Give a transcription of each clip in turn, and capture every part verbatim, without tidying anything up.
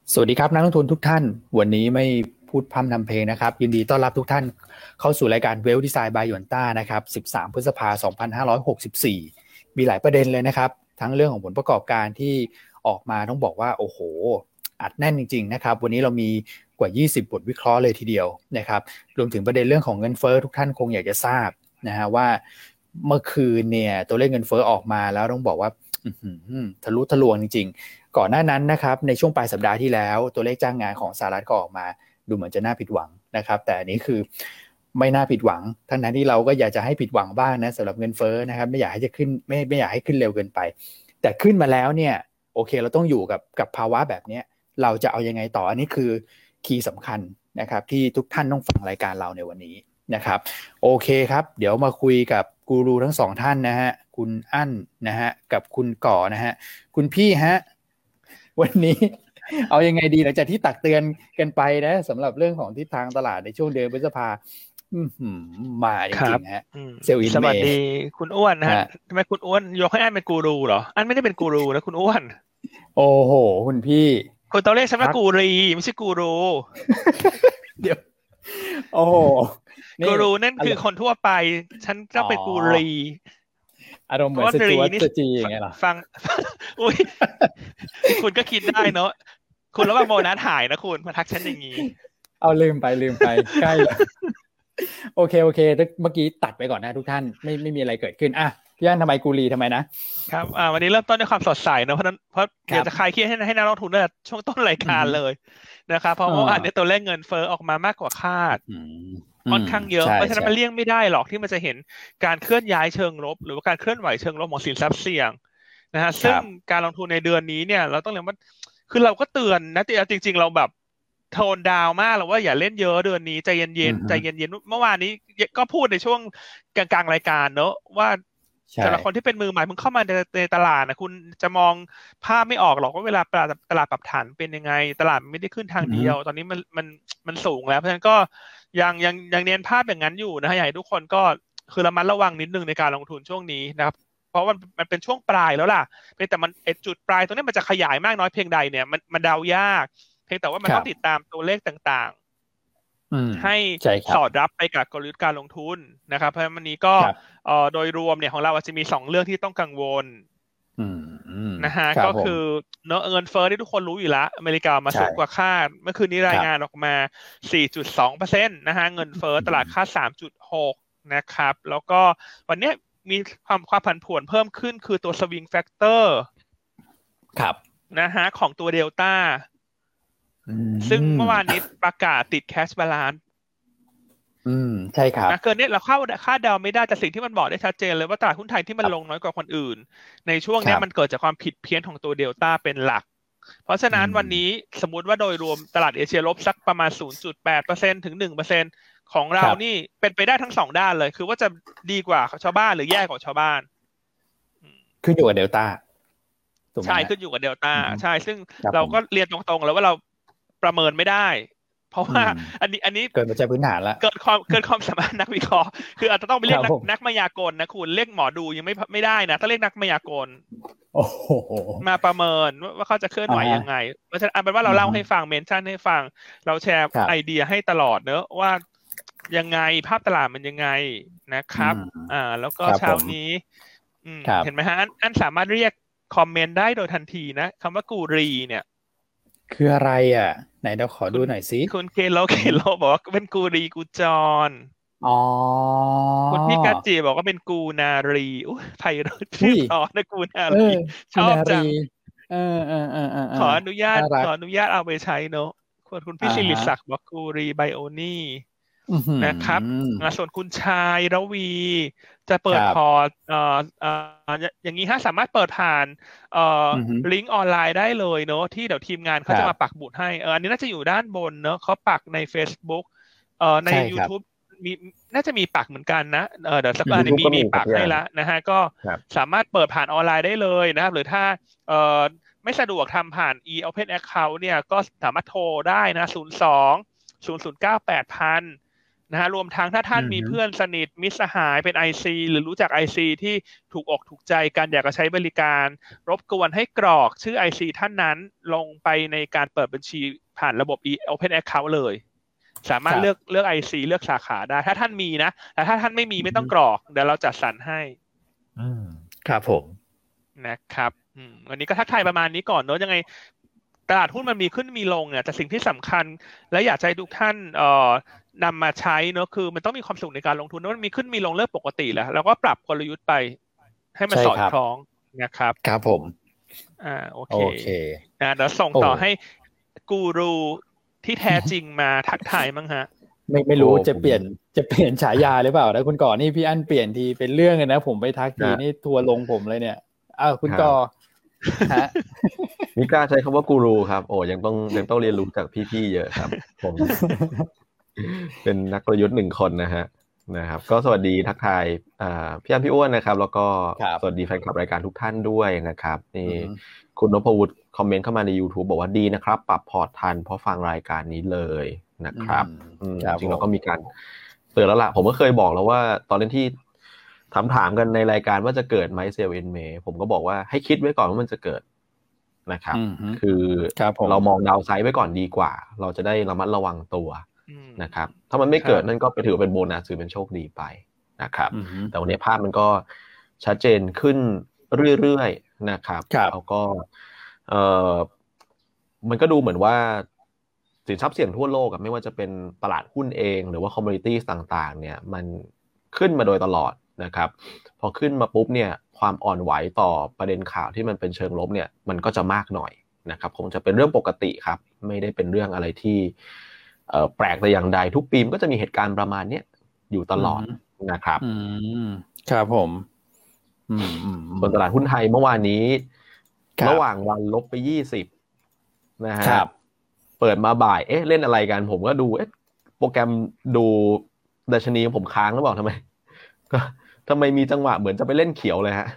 สวัสดีครับนักลงทุนทุกท่านวันนี้ไม่พูดพร่ำทำเพลงนะครับยินดีต้อนรับทุกท่านเข้าสู่รายการ Wealth Design by หยวนต้านะครับสิบสามพฤษภาคมสองพันห้าร้อยหกสิบสี่มีหลายประเด็นเลยนะครับทั้งเรื่องของผลประกอบการที่ออกมาต้องบอกว่าโอ้โหอัดแน่นจริงๆนะครับวันนี้เรามีกว่ายี่สิบบทวิเคราะห์เลยทีเดียวนะครับรวมถึงประเด็นเรื่องของเงินเฟ้อทุกท่านคงอยากจะทราบนะฮะว่าเมื่อคืนเนี่ยตัวเลขเงินเฟ้อออกมาแล้วต้องบอกว่าทะลุทะลวงจริงๆก่อนหน้านั้นนะครับในช่วงปลายสัปดาห์ที่แล้วตัวเลขจ้างงานของสหรัฐก็ออกมาดูเหมือนจะน่าผิดหวังนะครับแต่อันนี้คือไม่น่าผิดหวังทั้งนั้นที่เราก็อยากจะให้ผิดหวังบ้างนะสำหรับเงินเฟ้อนะครับไม่อยากให้จะขึ้นไม่ไม่อยากให้ขึ้นเร็วเกินไปแต่ขึ้นมาแล้วเนี่ยโอเคเราต้องอยู่กับกับภาวะแบบนี้เราจะเอายังไงต่ออันนี้คือคีย์สำคัญนะครับที่ทุกท่านต้องฟังรายการเราในวันนี้นะครับโอเคครับเดี๋ยวมาคุยกับกูรูทั้งสองท่านนะฮะคุณอั้นนะฮะกับคุณก่อนะฮะคุณพี่ฮะวันนี้เอายังไงดีหลังจากที่ตักเตือนกันไปนะสำหรับเรื่องของทิศทางตลาดในช่วงเดือนพฤษภามาจริงๆฮะเซลล์อินเมย์สวัสดีคุณอ้วนนะฮะทำไมคุณอ้วนยกให้อันเป็นกูรูเหรออันไม่ได้เป็นกูรูนะคุณอ้วนโอ้โหคุณพี่คุณต้องเรียกฉันว่ากูรีไม่ใช่กูรูเดี๋ยวโอ้โหกูรูนั่นคือคนทั่วไปฉันต้องเป็นกูรีอารมณ์เหมือนสจวตสจีอย่างเงี้ยเหรอฟังอุ้ยคุณก็คิดได้เนอะคุณระวังโบนัสหายนะคุณมาทักฉันอย่างนี้เอาลืมไปลืมไปใกล้แล้วโอเคโอเคเมื่อกี้ตัดไปก่อนนะทุกท่านไม่ไม่มีอะไรเกิดขึ้นอ่ะพี่อันทำไมกูรีทำไมนะครับอ่าวันนี้เริ่มต้นด้วยความสดใสเนอะเพราะนั้นเพราะเดี๋ยวจะคลายเครียดให้ให้นักลงทุนตั้งแต่ช่วงต้นรายการเลยนะครับเพราะเมื่อวานนี้ตัวเลขเงินเฟ้อออกมามากกว่าคาดค่อนข้างเยอะเพราะฉะนั้นมันเลี่ยงไม่ได้หรอกที่มันจะเห็นการเคลื่อนย้ายเชิงลบหรือว่าการเคลื่อนไหวเชิงลบของสินทรัพย์เสี่ยงนะฮะซึ่งการลงทุนในเดือนนี้เนี่ยเราต้องเรียกว่าคือเราก็เตือนนะแต่จริงๆเราแบบโทนดาวมากแล้วว่าอย่าเล่นเยอะเดือนนี้ใจเย็นๆใจเย็นๆเมื่อวานนี้ก็พูดในช่วงกลางๆรายการเนอะว่าสำหรับคนที่เป็นมือใหม่เพิ่งเข้ามาในในตลาดนะคุณจะมองภาพไม่ออกหรอกว่าเวลาตลาดตลาดปรับฐานเป็นยังไงตลาดไม่ได้ขึ้นทางเดียวตอนนี้มันมันมันสูงแล้วเพราะฉะนั้นก็ยังยังยังเน้นภาพอย่างนั้นอยู่นะฮะอยากให้ทุกคนก็คือระมัดระวังนิดนึงในการลงทุนช่วงนี้นะครับเพราะว่ามันเป็นช่วงปลายแล้วล่ะแต่มันจุดปลายตรงนี้มันจะขยายมากน้อยเพียงใดเนี่ยมันมันเดายากเพียงแต่ว่ามันต้องติดตามตัวเลขต่างๆให้สอดรับไปกับกลยุทธ์การลงทุนนะครับเพราะวันนี้ก็โดยรวมเนี่ยของเราอาจจะมีสองเรื่องที่ต้องกังวลนะฮะก็คือเนอะเงินเฟ้อที่ทุกคนรู้อยู่แล้วอเมริกามาสูงกว่าคาดเมื่อคืนนี้รายงานออกมา สี่จุดสองเปอร์เซ็นต์ นะฮะเงินเฟ้อตลาดคาด สามจุดหก นะครับแล้วก็วันนี้มีความความผันผวนเพิ่มขึ้นคือตัว swing factor ครับนะฮะของตัวเดลต้าซึ่งเมื่อวานนี้ประกาศติด cash balance อืมใช่ครับเกินนี้เราเข้าคาดเดาไม่ได้แต่สิ่งที่มันบอกได้ชัดเจนเลยว่าตลาดหุ้นไทยที่มันลงน้อยกว่าคนอื่นในช่วงนี้มันเกิดจากความผิดเพี้ยนของตัวเดลต้าเป็นหลักเพราะฉะนั้นวันนี้สมมุติว่าโดยรวมตลาดเอเชียลบสักประมาณ ศูนย์จุดแปดเปอร์เซ็นต์ ถึง หนึ่งเปอร์เซ็นต์ ของเรานี่เป็นไปได้ทั้งสองด้านเลยคือว่าจะดีกว่าชาวบ้านหรือแย่กว่าชาวบ้านขึ้นอยู่กับเดลต้าใช่ขึ้นอยู่กับเดลต้าใช่ซึ่งเราก็เรียนตรงๆแล้วว่าเราประเมินไม่ได้เพราะว่าอันนี้อันนี้เกินปัจจัยพื้นฐานละเกินความเกินความสามารถนักวิเคราะห์คืออาจจะต้องไปเรียกนักนักมายากลนะคุณเรียกหมอดูยังไม่ไม่ได้นะถ้าเรียกนักมายากลโอ้โหมาประเมินว่าเขาจะเคลื่อนไหวยังไงเพราะฉะนั้นเอาเป็นว่าเราเล่าให้ฟังเมนชั่นให้ฟังเราแชร์ไอเดียให้ตลอดเนอะว่ายังไงภาพตลาดมันยังไงนะครับอ่าแล้วก็เช้านี้เห็นไหมฮะอันสามารถเรียกคอมเมนต์ได้โดยทันทีนะคำว่ากูรีเนี่ยคืออะไรอ่ะไหนเราขอดูหน่อยสิคุณเคโลเคโลบอกว่าเป็นกูรีกูจรอ๋อคุณพี่กัจจีบอกว่าเป็นกูนารีอุ้ยไพเราะชื่อต่อนะกูนารีชอบจังเออเออเออขออนุญาตขออนุญาตเอาไปใช้เนอะคุณคุณพี่ศิริศักดิ์บอกกูรีไบโอนี่นะครับส่วนคุณชายระวีจะเปิดพอร์ตเอ่อเอ่ออย่างนี้ฮะสามารถเปิดผ่านเอ่อลิงก์ออนไลน์ได้เลยเนอะที่เดี๋ยวทีมงานเขาจะมาปักหมุดให้เอออันนี้น่าจะอยู่ด้านบนเนอะเขาปักใน Facebook เอ่อใน YouTube มีน่าจะมีปักเหมือนกันนะเออเดี๋ยวสักวันนี้มีมีปักให้แล้วนะฮะก็สามารถเปิดผ่านออนไลน์ได้เลยนะครับหรือถ้าเอ่อไม่สะดวกทำผ่าน e-open account เนี่ยก็สามารถโทรได้นะศูนย์ สอง ศูนย์ ศูนย์ เก้า แปด ศูนย์ ศูนย์ ศูนย์นะฮะรวมทั้งถ้าท่านมีเพื่อนสนิทมิตรสหายเป็น ไอ ซี หรือรู้จัก ไอ ซี ที่ถูกอกถูกใจกันอยากจะใช้บริการรบกวนให้กรอกชื่อ ไอ ซี ท่านนั้นลงไปในการเปิดบัญชีผ่านระบบ Open Account เลยสามารถเลือกเลือก ไอ ซี เลือกสาขาได้ถ้าท่านมีนะแต่ถ้าท่านไม่มีไม่ต้องกรอกเดี๋ยวเราจัดสรรให้อืมครับผมนะครับอืมวันนี้ก็ทักทายประมาณนี้ก่อนเนอะยังไงตลาดหุ้นมันมีขึ้นมีลงเนี่ยแต่สิ่งที่สำคัญและอยากให้ทุกท่านเอ่อนำมาใช้เนอะคือมันต้องมีความสุขในการลงทุนมันมีขึ้นมีลงเรื่องปกติแหละแล้วก็ปรับกลยุทธ์ไปให้มันสอดคล้องนะครับครับผมอ่าโอเคนะเดี๋ยวส่งต่อให้กูรูที่แท้จริงมาทักทายมั้งฮะไม่ไม่รู้จะเปลี่ยนจะเปลี่ยนฉายาหรือเปล่านะคุณก่อนี่พี่อั้นเปลี่ยนทีเป็นเรื่องเลยนะผมไปทักทีนี่ทัวลงผมเลยเนี่ยอ้าวคุณก่อฮะมิกล้าใช้คำว่ากูรูครับโอ้ยังต้องยังต้องเรียนรู้จากพี่ๆเยอะครับผมเป็นนักกลยุทธ์หนึ่งคนนะฮะนะครับก็สวัสดีทักทายพี่อั้นพี่อ้วนนะครับแล้วก็สวัสดีแฟนคลับรายการทุกท่านด้วยนะครับนี่คุณนพวุฒิคอมเมนต์เข้ามาใน YouTube บอกว่าดีนะครับปรับพอร์ตทันเพราะฟังรายการนี้เลยนะครับจริงๆเราก็มีการเตือนแล้วล่ะผมก็เคยบอกแล้วว่าตอนนั้นที่ถามถามกันในรายการว่าจะเกิดไหมเซลล์เอ็นเมย์ผมก็บอกว่าให้คิดไว้ก่อนว่ามันจะเกิดนะครับคือเรามองดาวไซด์ไว้ก่อนดีกว่าเราจะได้ระมัดระวังตัวนะครับถ้ามันไม่เกิดนั่นก็ไปถือเป็นโบนัสถือเป็นโชคดีไปนะครับแต่วันนี้ภาพมันก็ชัดเจนขึ้นเรื่อยๆนะครับแล้วก็เอ่อมันก็ดูเหมือนว่าสินทรัพย์เสี่ยงทั่วโลกไม่ว่าจะเป็นตลาดหุ้นเองหรือว่าคอมมูนิตี้ต่างๆเนี่ยมันขึ้นมาโดยตลอดนะครับพอขึ้นมาปุ๊บเนี่ยความอ่อนไหวต่อประเด็นข่าวที่มันเป็นเชิงลบเนี่ยมันก็จะมากหน่อยนะครับคงจะเป็นเรื่องปกติครับไม่ได้เป็นเรื่องอะไรที่เอ่อแปลกแต่อย่างใดทุกปีมันก็จะมีเหตุการณ์ประมาณนี้อยู่ตลอดนะครับอืมครับผมอืมส่วนตลาดหุ้นไทยเมื่อวานนี้ระหว่างวันลบไปยี่สิบนะฮะเปิดมาบ่ายเอ๊ะเล่นอะไรกันผมก็ดูเอ๊ะโปรแกรมดูดัชนีผมค้างหรือเปล่าทำไมก็ทำไมมีจังหวะเหมือนจะไปเล่นเขียวเลยฮะ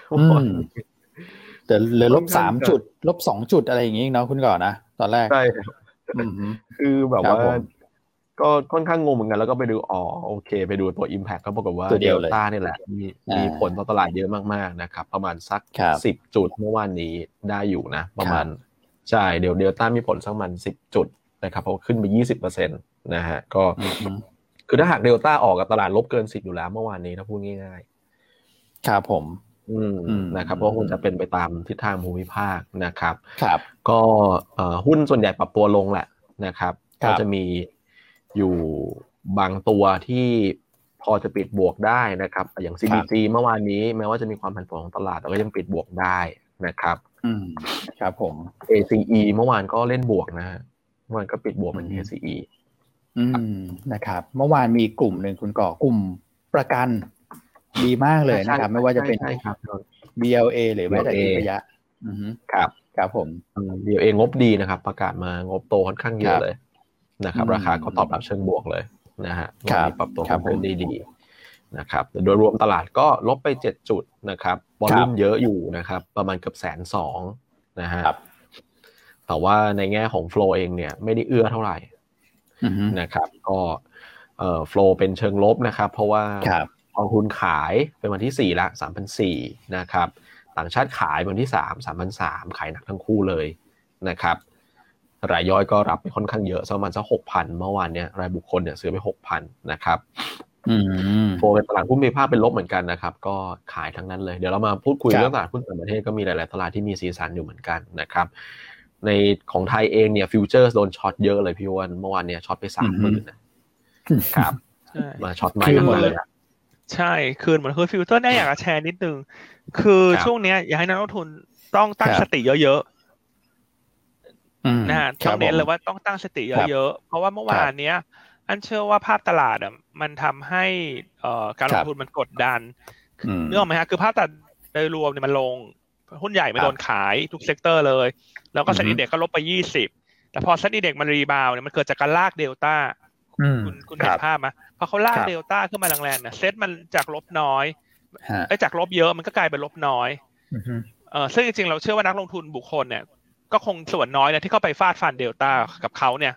แต่เหลือลบสามจุดลบสองจุดอะไรอย่างงี้เนาะคุณก่อนนะตอนแรกใช่คือแบบว่าก็ค่อนข้างงงเหมือนกันแล้วก็ไปดูอ๋อโอเคไปดูตัว Impact ก็ปรากฏว่าเดลต้านี่แหละมีมีผลต่อตลาดเยอะมากๆนะครับประมาณสักสิบจุดเมื่อวานนี้ได้อยู่นะประมาณใช่เดี๋ยวเดลต้ามีผลสักประมาณสิบจุดนะครับเพราะขึ้นไป ยี่สิบเปอร์เซ็นต์ นะฮะก็คือถ้าหากเดลต้าออกกับตลาดลบเกินสิบอยู่แล้วเมื่อวานนี้ถ้าพูดง่ายๆครับผมอืมนะครับเพราะคงจะเป็นไปตามทิศทางภูมิภาคนะครับครับก็เอ่อหุ้นส่วนใหญ่ปรับตัวลงแหละนะครับก็จะมีอยู่บางตัวที่พอจะปิดบวกได้นะครับอย่าง ซี บี จี เมื่อวานนี้แม้ว่าจะมีความผันผวนของตลาดแต่ก็ยังปิดบวกได้นะครับอืมครับผมเอ ซี อี เมื่อวานก็เล่นบวกนะฮะเมื่อวานก็ปิดบวกเหมือน เอ ซี อีอืมนะครับเมื่อวานมีกลุ่มนึงคุณก่อกลุ่มประกันดีมากเลยนะครับไม่ว่าจะเป็น บี แอล เอ หรือแม้แต่ทิพยะอือฮึครับครับผมบี แอล เอ งบดีนะครับประกาศมางบโตค่อนข้างเยอะเลยนะครับราคาก็ตอบรับเชิงบวกเลยนะฮะมีปรับตัวขึ้นได้ดีนะครับแต่โดยรวมตลาดก็ลบไปเจ็ดจุดนะครับวอลุ่มเยอะอยู่นะครับประมาณเกือบ หนึ่งแสนสองหมื่น นะฮะแต่ว่าในแง่ของโฟลว์เองเนี่ยไม่ได้เอื้อเท่าไหร่นะครับก็เอ่อโฟลว์เป็นเชิงลบนะครับเพราะว่ากองทุนขายเป็นวันที่สี่ละ สามพันสี่ร้อย นะครับต่างชาติขายวันที่สาม สามพันสามร้อย ขายหนักทั้งคู่เลยนะครับรายย่อยก็รับไปค่อนข้างเยอะประมาณสัก หกพัน เมื่อวานเนี้ยรายบุคคลเนี่ยซื้อไป หกพัน นะครับอืมโฟเป็นตลาดหุ้นภูมิภาคเป็นลบเหมือนกันนะครับก็ขายทั้งนั้นเลยเดี๋ยวเรามาพูดคุยเรื่องตลาดหุ้นต่างประเทศก็มีหลายๆตลาดที่มีสีสันอยู่เหมือนกันนะครับในของไทยเองเนี่ยฟิวเจอร์โดนช็อตเยอะเลยพี่วันเมื่อวานเนี่ยช็อตไป สามหมื่น นะครับมาช็อตใหม่กันเลยใช่คืนเหมือนคือฟิวเจอร์เนี่ยอยากจะแชร์นิดนึงคือช่วงเนี้ยอยากให้นักลงทุนต้องตั้งสติเยอะๆนะฮะต้องเน้นเลยว่าต้องตั้งสติเยอะๆเพราะว่าเมื่อวานเนี้ยอันเชื่อว่าภาพตลาดอ่ะมันทำให้เอ่อการลงทุนมันกดดันเนื่องไหมฮะคือภาพตลาดโดยรวมเนี่ยมันลงหุ้นใหญ่ไม่โดนขายทุกเซกเตอร์เลยแล้วก็เซ็นดีเด็กก็ลบไปยี่สิบแต่พอเซ็นดีเด็กมันรีบาวเนี่ยมันเกิดจากการลากเดลต้าคุณคุณเห็นภาพไหมพอเขาลากเดลต้าขึ้นมาแรงๆเนี่ยเซ็ตมันจากลบน้อยไอ้จากลบเยอะมันก็กลายเป็นลบน้อยเออซึ่งจริงๆเราเชื่อว่านักลงทุนบุคคลเนี่ยก็คงส่วนน้อยเนี่ยที่เข้าไปฟาดฟันเดลต้ากับเขาเนี่ย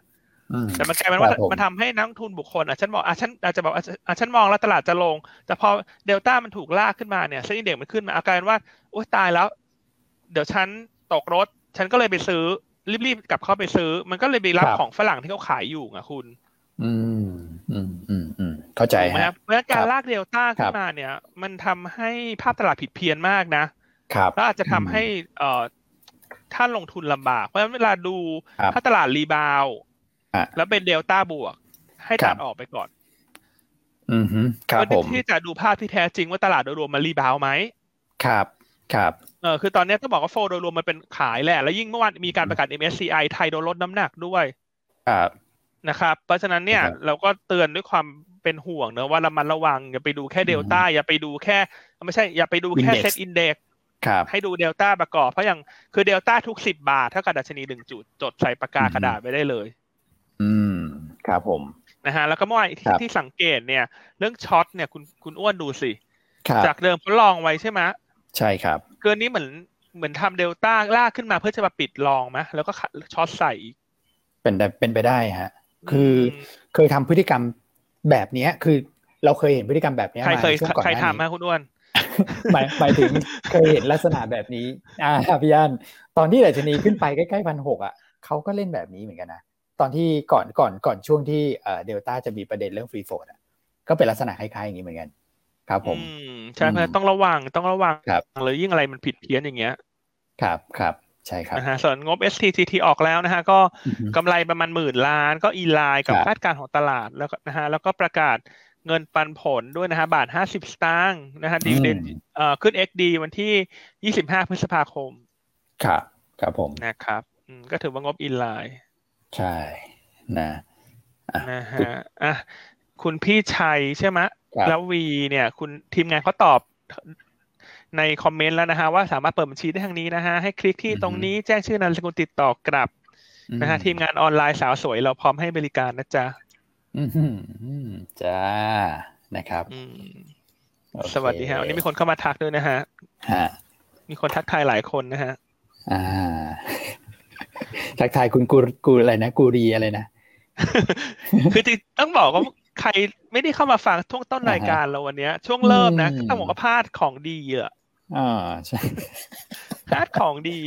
แต่มันกลายเป็นว่ามันทำให้นักลงทุนบุคคลอ่ะฉันบอกอ่ะฉันอาจจะบอกอ่ะฉันมองแล้วตลาดจะลงแต่พอเดลต้ามันถูกลากขึ้นมาเนี่ยเซ็นอินเด็กซ์มันขึ้นมาอาการว่าโอ๊ยตายแล้วเดี๋ยวฉันตกรถฉันก็เลยไปซื้อรีบๆกลับเข้าไปซื้อมันก็เลยไปรับของฝรั่งที่เขาขายอยู่อ่ะคุณอืมอืมอืมอืมเข้าใจฮะเพราะการลากเดลต้าขึ้นมาเนี่ยมันทำให้ภาพตลาดผิดเพี้ยนมากนะครับแล้วอาจจะทำให้เอ่อท่านลงทุนลำบากเพราะฉะนั้นเวลาดูถ้าตลาดรีบาวแล้วเป็นเดลต้าบวกให้ตัดออกไปก่อนอืมครับผมที่จะดูภาพที่แท้จริงว่าตลาดโดยรวมมันรีบาวไหมครับครับเออคือตอนนี้ต้องบอกว่าโฟโดยรวมมันเป็นขายแหละแล้วยิ่งเมื่อวานมีการประกาศ เอ็ม เอส ซี ไอ ไทยโดนลดน้ำหนักด้วยครับนะครับเพราะฉะนั้นเนี่ยเราก็เตือนด้วยความเป็นห่วงเนอะว่าระมัดระวังอย่าไปดูแค่เดลต้าอย่าไปดูแค่ไม่ใช่อย่าไปดูแค่เซ็ตอินเด็กซ์ให้ดูเดลต้าประกอบเพราะอย่างคือเดลต้าทุกสิบบาทเท่ากับดัชนีหนึ่งจุดจดใส่ปากกากระดาษไว้ได้เลยอืมครับผมนะฮะแล้วก็เมื่อวานที่ที่สังเกตเนี่ยเรื่องช็อตเนี่ยคุณคุณอ้วนดูสิจากเดิมเขาลองไว้ใช่ไหมใช่ครับเกินนี้เหมือนเหมือนทำเดลต้าลากขึ้นมาเพื่อจะมาปิดลองไหมแล้วก็ช็อตใส่อีกเป็นเป็นไปได้ฮะคือเคยทำพฤติกรรมแบบนี้คือเราเคยเห็นพฤติกรรมแบบนี้มาช่วงก่อนหน้านี้ใครทำไหมคุณอ้วนหมายหมายถึงเคยเห็นลักษณะแบบนี้อ่าพี่อันตอนที่ดัชนีขึ้นไปใกล้ๆพันหกอ่ะเขาก็เล่นแบบนี้เหมือนกันนะตอนที่ก่อนก่อนก่อนช่วงที่เอ่อเดลต้าจะมีประเด็นเรื่องฟรีโฟลดอ่ะก็เป็นลักษณะคล้ายๆอย่างนี้เหมือนกันครับผมใช่เพราะต้องระวังต้องระวังเลยยิ่งอะไรมันผิดเพี้ยนอย่างเงี้ยครับครับใช่ครับนะฮะส่วนงบ เอส ที ซี ที ออกแล้วนะฮะก็กำไรประมาณหมื่นล้านก็อินไลน์กับคาดการณ์ของตลาดแล้วนะฮะแล้วก็ประกาศเงินปันผลด้วยนะฮะบาทห้าสิบสตางค์นะฮะดิวิเดนด์เอ่อขึ้น เอ็กซ์ ดี วันที่ยี่สิบห้าพฤษภาคมครับครับผมนะครับอืมก็ถือว่างบอินไลน์ใช่นะนะฮะอ่ะคุณพี่ชัยใช่ไหมแล้ววีเนี่ยคุณทีมงานเขาตอบในคอมเมนต์แล้วนะฮะว่าสามารถเปิดบัญชีได้ทางนี้นะฮะให้คลิกที่ตรงนี้แจ้งชื่อนามสกุลติดต่อกลับนะฮะทีมงานออนไลน์สาวสวยเราพร้อมให้บริการนะจ๊ะอืมจ้านะครับสวัสดีฮะวันนี้มีคนเข้ามาทักด้วยนะฮะฮะมีคนทักทายหลายคนนะฮะอ่าทักทายคุณกูกูอะไรนะกูรีอะไรนะคือจริงต้องบอกว่าใครไม่ได้เข้ามาฟังช่วงต้นรายการเราวันนี้ช่วงเริ่มนะต้องบอกว่าพลาดของดีเยอะอ่าใช่พลาดของดี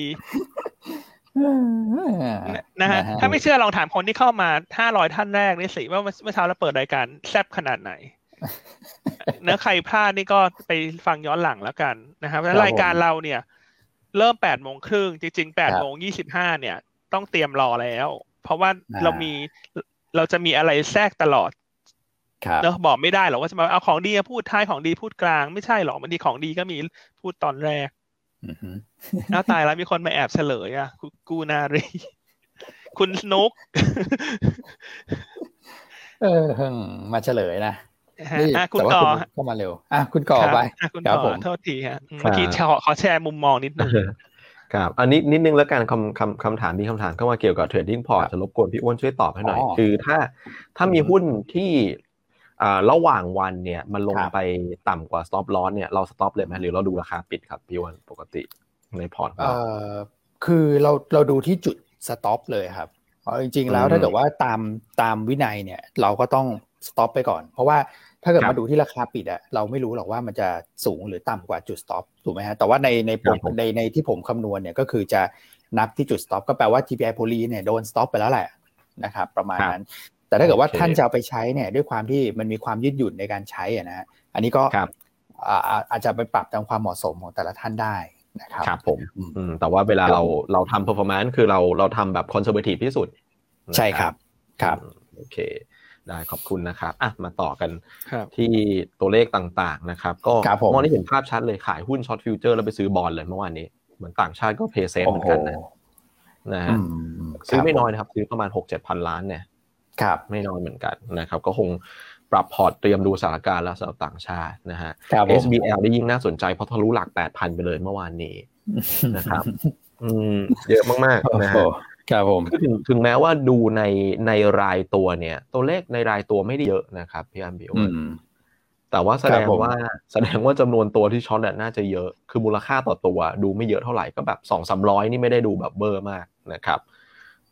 นะฮะถ้าไม่เชื่อลองถามคนที่เข้ามาห้าร้อยท่านแรกนี่สิว่าเมื่อเช้าเราเปิดรายการแซ่บขนาดไหนเนื้อใครพลาดนี่ก็ไปฟังย้อนหลังแล้วกันนะครับแล้วรายการเราเนี่ยเริ่มแปดโมงครึ่งจริงๆแปดโมงยี่สิบห้าเนี่ยต้องเตรียมรอแล้วเพราะว่าเรามีเราจะมีอะไรแทรกตลอดเนอะบอกไม่ได้หรอกว่าจะมาเอาของดีมาพูดท้ายของดีพูดกลางไม่ใช่หรอกบางทีของดีก็มีพูดตอนแรกน่าตายแล้วมีคนมาแอบเฉลยอ่ะกูนารีคุณนุกเออมาเฉลยนะอ่ะคุณก่อเข้ามาเร็วอ่ะคุณก่อไปครับผมโทษทีฮะเมื่อกี้ขอแชร์มุมมองนิดนึงครับอันนี้นิดนึงแล้วกันคำคำคำถามมีคำถามเข้ามาเกี่ยวกับ Trading Port จะรบกวนพี่อ้วนช่วยตอบให้หน่อยคือถ้าถ้ามีหุ้นที่อ่าระหว่างวันเนี่ยมันลงไปต่ำกว่า stop loss เนี่ยเรา stop เลยไหมหรือเราดูราคาปิดครับพี่อ้วนปกติในพอร์ตเอ่อคือเราเราดูที่จุด stop เลยครับเพราะจริงๆแล้วถ้าเกิดว่าตามตามวินัยเนี่ยเราก็ต้อง stop ไปก่อนเพราะว่าถ้าเกิดมาดูที่ราคาปิดอะเราไม่รู้หรอกว่ามันจะสูงหรือต่ำกว่าจุด stop ถูกไหมฮะแต่ว่าในในผมในในที่ผมคำนวณเนี่ยก็คือจะนับที่จุด stop ก็แปลว่า ที พี ไอ Poly เนี่ยโดน stop ไปแล้วแหละนะครับประมาณนั้นแต่ถ้าเกิดว่าท่านจะเอาไปใช้เนี่ยด้วยความที่มันมีความยืดหยุ่นในการใช้อ่ะนะฮะอันนี้ก็อาจจะไปปรับตามความเหมาะสมของแต่ละท่านได้นะครับครับผมแต่ว่าเวลาเราเราทำ performance คือเราเราทำแบบ conservative ที่สุดใช่ครับครับโอเคได้ขอบคุณนะครับอ่ะมาต่อกันที่ตัวเลขต่างๆนะครับก็เมื่อวานนี้เห็นภาพชัดเลยขายหุ้นช็อตฟิวเจอร์แล้วไปซื้อบอนด์เลยเมื่อวานนี้เหมือนต่างชาติก็เพย์เซฟเหมือนกันนะนะฮะซื้อไม่น้อยนะครับซื้อประมาณ หกเจ็ด พันล้านเนี่ยครับไม่น้อยเหมือนกันนะครับก็คงปรับพอร์ตเตรียมดูสถานการณ์แล้วสำหรับต่างชาตินะฮะ เอส บี แอล ได้ยิ่งน่าสนใจเพราะทะลุหลัก แปดพัน ไปเลยเมื่อวานนี้นะครับอืมเยอะมากๆนะฮะครับผมถึงถึงแม้ว่าดูในในรายตัวเนี่ยตัวเลขในรายตัวไม่ได้เยอะนะครับพี่อันบิวแต่ว่าแสดงว่าแสดงว่าจำนวนตัวที่ช็อตน่าจะเยอะคือมูลค่าต่อตัวดูไม่เยอะเท่าไหร่ก็แบบ สองถึงสามร้อย นี่ไม่ได้ดูแบบเบอร์มากนะครับ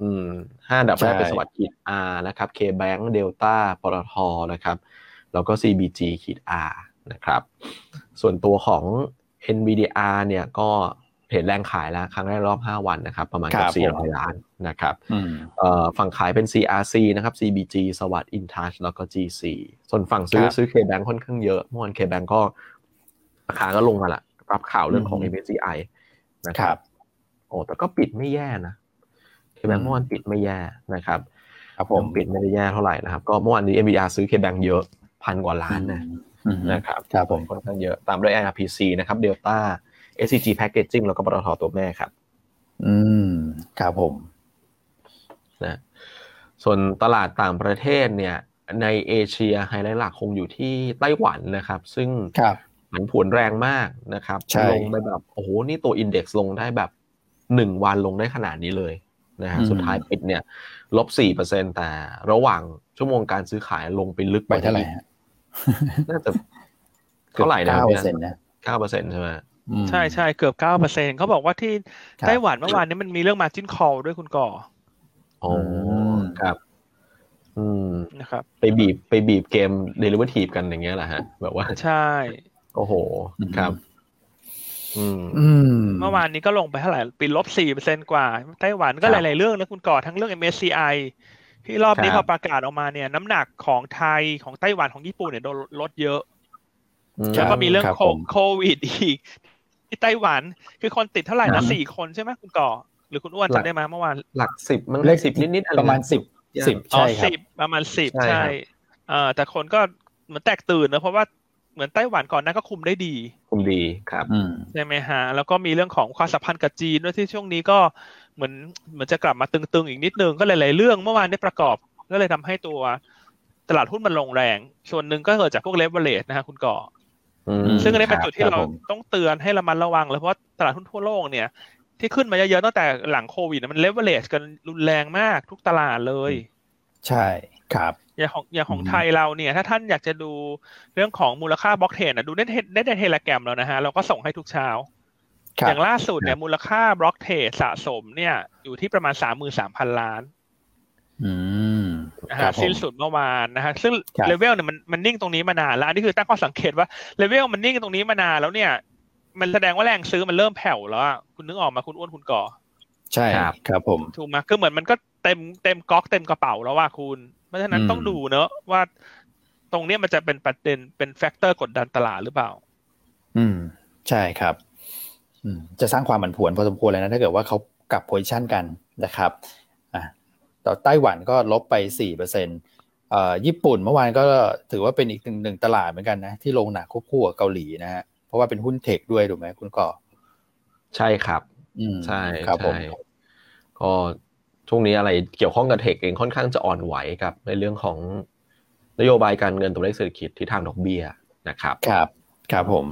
อืมห้าอันดับแรกเป็นสวัสดิ์ขีด R นะครับ K-Bank Delta ปตท.นะครับแล้วก็ ซี บี จี ขีด R นะครับส่วนตัวของ เอ็น วี ดี อาร์ เนี่ยก็เห็นแรงขายแล้วครั้งแรกรอบห้าวันนะครับประมาณเกือบสี่ร้อยล้านนะครับเอ่อฝั่งขายเป็น ซี อาร์ ซี นะครับ ซี บี จี สวัสดิ์ InTouch แล้วก็ จี ซี ส่วนฝั่งซื้อซื้อ K-Bank ค่อนข้างเยอะเมื่อวาน K-Bank ก็ราคาก็ลงมาละรับข่าวเรื่องของ เอ็ม เอส ซี ไอ นะครับโอ้แต่ก็ปิดไม่แย่นะ K-Bank เมื่อวานปิดไม่แย่นะครับครับผมปิดไม่ได้แย่เท่าไหร่นะครับก็เมื่อวานนี้ เอ็น วี ดี อาร์ ซื้อ K-Bank เยอะพันกว่าล้านนะนะครับครับผมค่อนข้างเยอะตามด้วย อาร์ พี ซี นะครับ Delta เอส ซี จี Packaging แล้วก็ปตท.ตัวแม่ครับอืมครับผมนะส่วนตลาดต่างประเทศเนี่ยในเอเชียไฮไลท์หลักคงอยู่ที่ไต้หวันนะครับซึ่งผันผวนแรงมากนะครับลงไปแบบโอ้โหนี่ตัวอินเด็กซ์ลงได้แบบหนึ่งวันลงได้ขนาดนี้เลยนะฮะสุดท้ายปิดเนี่ย ลบสี่เปอร์เซ็นต์ แต่ระหว่างชั่วโมงการซื้อขายลงไปลึกไปเท่าไหร่ฮะน่าจะเท่าไหร่นะเก้าเปอร์เซ็นต์ นะเก้าเปอร์เซ็นต์ ใช่มั้ยใช่ๆเกือบ เก้าเปอร์เซ็นต์ เขาบอกว่าที่ไต้หวันเมื่อวานนี้มันมีเรื่อง margin call ด้วยคุณก่ออ๋อครับอืมนะครับไปบีบไปบีบเกม derivative กันอย่างเงี้ยแหละฮะแบบว่าใช่โอ้โหครับอืมอืมเมื่อวานนี้ก็ลงไปเท่าไหร่ปิดลบ สี่เปอร์เซ็นต์ กว่าไต้หวันก็หลายๆเรื่องนะคุณก่อทั้งเรื่อง เอ็ม เอส ซี ไอ ที่รอบนี้พอประกาศออกมาเนี่ยน้ำหนักของไทยของไต้หวันของญี่ปุ่นเนี่ยโดนลดเยอะแล้วก็มีเรื่องโควิดอีกที่ไต้หวันคือคนติดเท่าไหร่นะสี่คนใช่ไหมคุณก่อหรือคุณอ้วนจำได้ไหมเมื่อวานหลักสิบมันเลขสิบนิดๆประมาณสิบ สิบใช่ครับสิบประมาณสิบใช่เอ่อแต่คนก็เหมือนแตกตื่นนะเพราะว่าเหมือนไต้หวันก่อนหน้าก็คุมได้ดีคุมดีครับใช่ไหมฮะแล้วก็มีเรื่องของความสัมพันธ์กับจีนด้วยที่ช่วงนี้ก็เหมือนเหมือนจะกลับมาตึงๆอีกนิดนึงก็หลายๆเรื่องเมื่อวานได้ประกอบก็เลยทำให้ตัวตลาดหุ้นมันลงแรงส่วนหนึ่งก็เกิดจากพวกเลเวอเรจนะฮะคุณก่อซึ่งอันนี้เป็นจุดที่เราต้องเตือนให้ระมัดระวังเลยเพราะตลาดหุ้นทั่วโลกเนี่ยที่ขึ้นมาเยอะๆตั้งแต่หลังโควิดมันเลเวอเรจกันรุนแรงมากทุกตลาดเลยใช่ครับอย่างของอย่างของไทยเราเนี่ยถ้าท่านอยากจะดูเรื่องของมูลค่าบล็อกเทรดนะดูได้ได้ในเทเลแกรมแล้วนะฮะเราก็ส่งให้ทุกเช้าอย่างล่าสุดเนี่ยมูลค่าบล็อกเทรดสะสมเนี่ยอยู่ที่ประมาณ สามหมื่นสามพัน ล้านอืมนะฮะสิ้นสุดเมื่อวานนะฮะซึ่งเลเวลเนี่ยมันมันนิ่งตรงนี้มานานแล้วอันนี้คือตั้งข้อสังเกตว่าเลเวลมันนิ่งตรงนี้มานานแล้วเนี่ยมันแสดงว่าแรงซื้อมันเริ่มแผ่วแล้วคุณนึกออกมาคุณอ้วนคุณก่อใช่ครับผมถูกมั้ยคือเหมือนมันก็เต็มเต็มก๊อกเต็มกระเป๋าแล้วว่าคุณเพราะฉะนั้นต้องดูเนอะว่าตรงนี้มันจะเป็นประเด็นเป็นแฟกเตอร์กดดันตลาดหรือเปล่าอืมใช่ครับอืมจะสร้างความผันผวนพอสมควรเลยนะถ้าเกิดว่าเขากลับโพซิชั่นกันนะครับอ่ะต่อไต้หวันก็ลบไป สี่เปอร์เซ็นต์ เอ่อญี่ปุ่นเมื่อวานก็ถือว่าเป็นอีกหนึ่งตลาดเหมือนกันนะที่ลงหนักควบคู่กับเกาหลีนะฮะเพราะว่าเป็นหุ้นเทคด้วยถูกไหมคุณก่อใช่ครับอืมใช่ครับผมก็ช่วงนี้อะไรเกี่ยวข้องกับเทคเองค่อนข้างจะอ่อนไหวกับในเรื่องของนโยบายการเงินตัวเลขเศรษฐกิจที่ทางดอกเบี้ยนะครับครับครับผม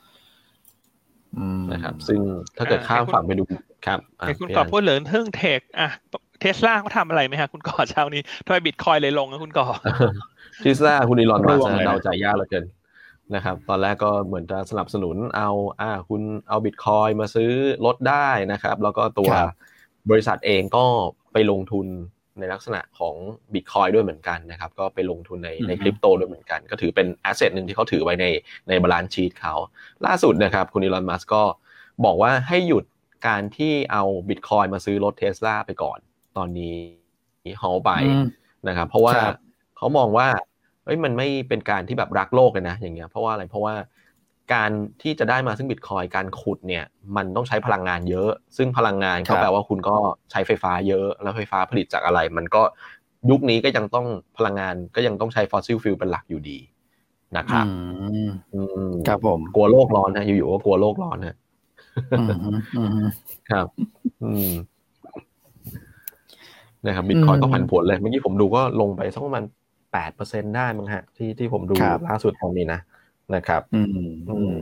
นะครับซึ่งถ้าเกิดข้ามฝั่งไปดูครับคุณก่อพูดเหลือเรื่องเทคอ่ะTesla เขาทำอะไรไหมฮะคุณก่อเช้านี้ทำไม Bitcoin เลยลงนะคุณก่อ Tesla คุณอีลอนมัสก์เดาใจยากเหลือเกินนะครับตอนแรกก็เหมือนจะสนับสนุนเอาอ่าคุณเอา Bitcoin มาซื้อรถได้นะครับแล้วก็ตัวบริษัทเองก็ไปลงทุนในลักษณะของ Bitcoin ด้วยเหมือนกันนะครับก็ไปลงทุนในในคริปโตด้วยเหมือนกันก็ถือเป็นแอสเซทนึงที่เขาถือไว้ในในบาลานซ์ชีทเขาล่าสุดนะครับคุณอีลอนมัสก์ก็บอกว่าให้หยุดการที่เอา Bitcoin มาซื้อรถ Tesla ไปก่อนตอนนี้เฮาไปนะครับเพราะว่าเขามองว่าเอ้ยมันไม่เป็นการที่แบบรักโลกเลยนะอย่างเงี้ยเพราะว่าอะไรเพราะว่าการที่จะได้มาซึ่ง Bitcoin การขุดเนี่ยมันต้องใช้พลังงานเยอะซึ่งพลังงานก็แปลว่าคุณก็ใช้ไฟฟ้าเยอะแล้วไฟฟ้าผลิตจากอะไรมันก็ยุคนี้ก็ยังต้องพลังงานก็ยังต้องใช้ fossil fuel เป็นหลักอยู่ดีนะครับอืมครับผมกลัวโลกร้อนนะอยู่ๆก็กลัวโลกร้อนนะครับอืมนะครับ Bitcoin ก็ผันผวนเลยเมื่อกี้ผมดูก็ลงไปสักประมาณ แปดเปอร์เซ็นต์ ได้มั้งฮะที่ที่ผมดูล่าสุดตอนนี้นะนะครับอืมอืม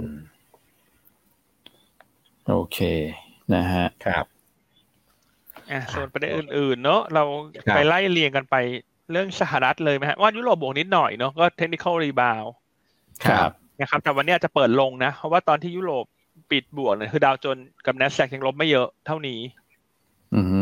โอเคนะฮะครับอ่ะส่วนประเด็นอื่นๆเนอะเราไปไล่เรียงกันไปเรื่องสหรัฐเลยมั้ยฮะว่ายุโรปบวกนิดหน่อยเนอะก็ technical rebound ครับนะครับแต่วันนี้จะเปิดลงนะเพราะว่าตอนที่ยุโรปปิดบวกเนี่ยคือดาวโจนส์กับ Nasdaq ยังลบไม่เยอะเท่านี้อือฮึ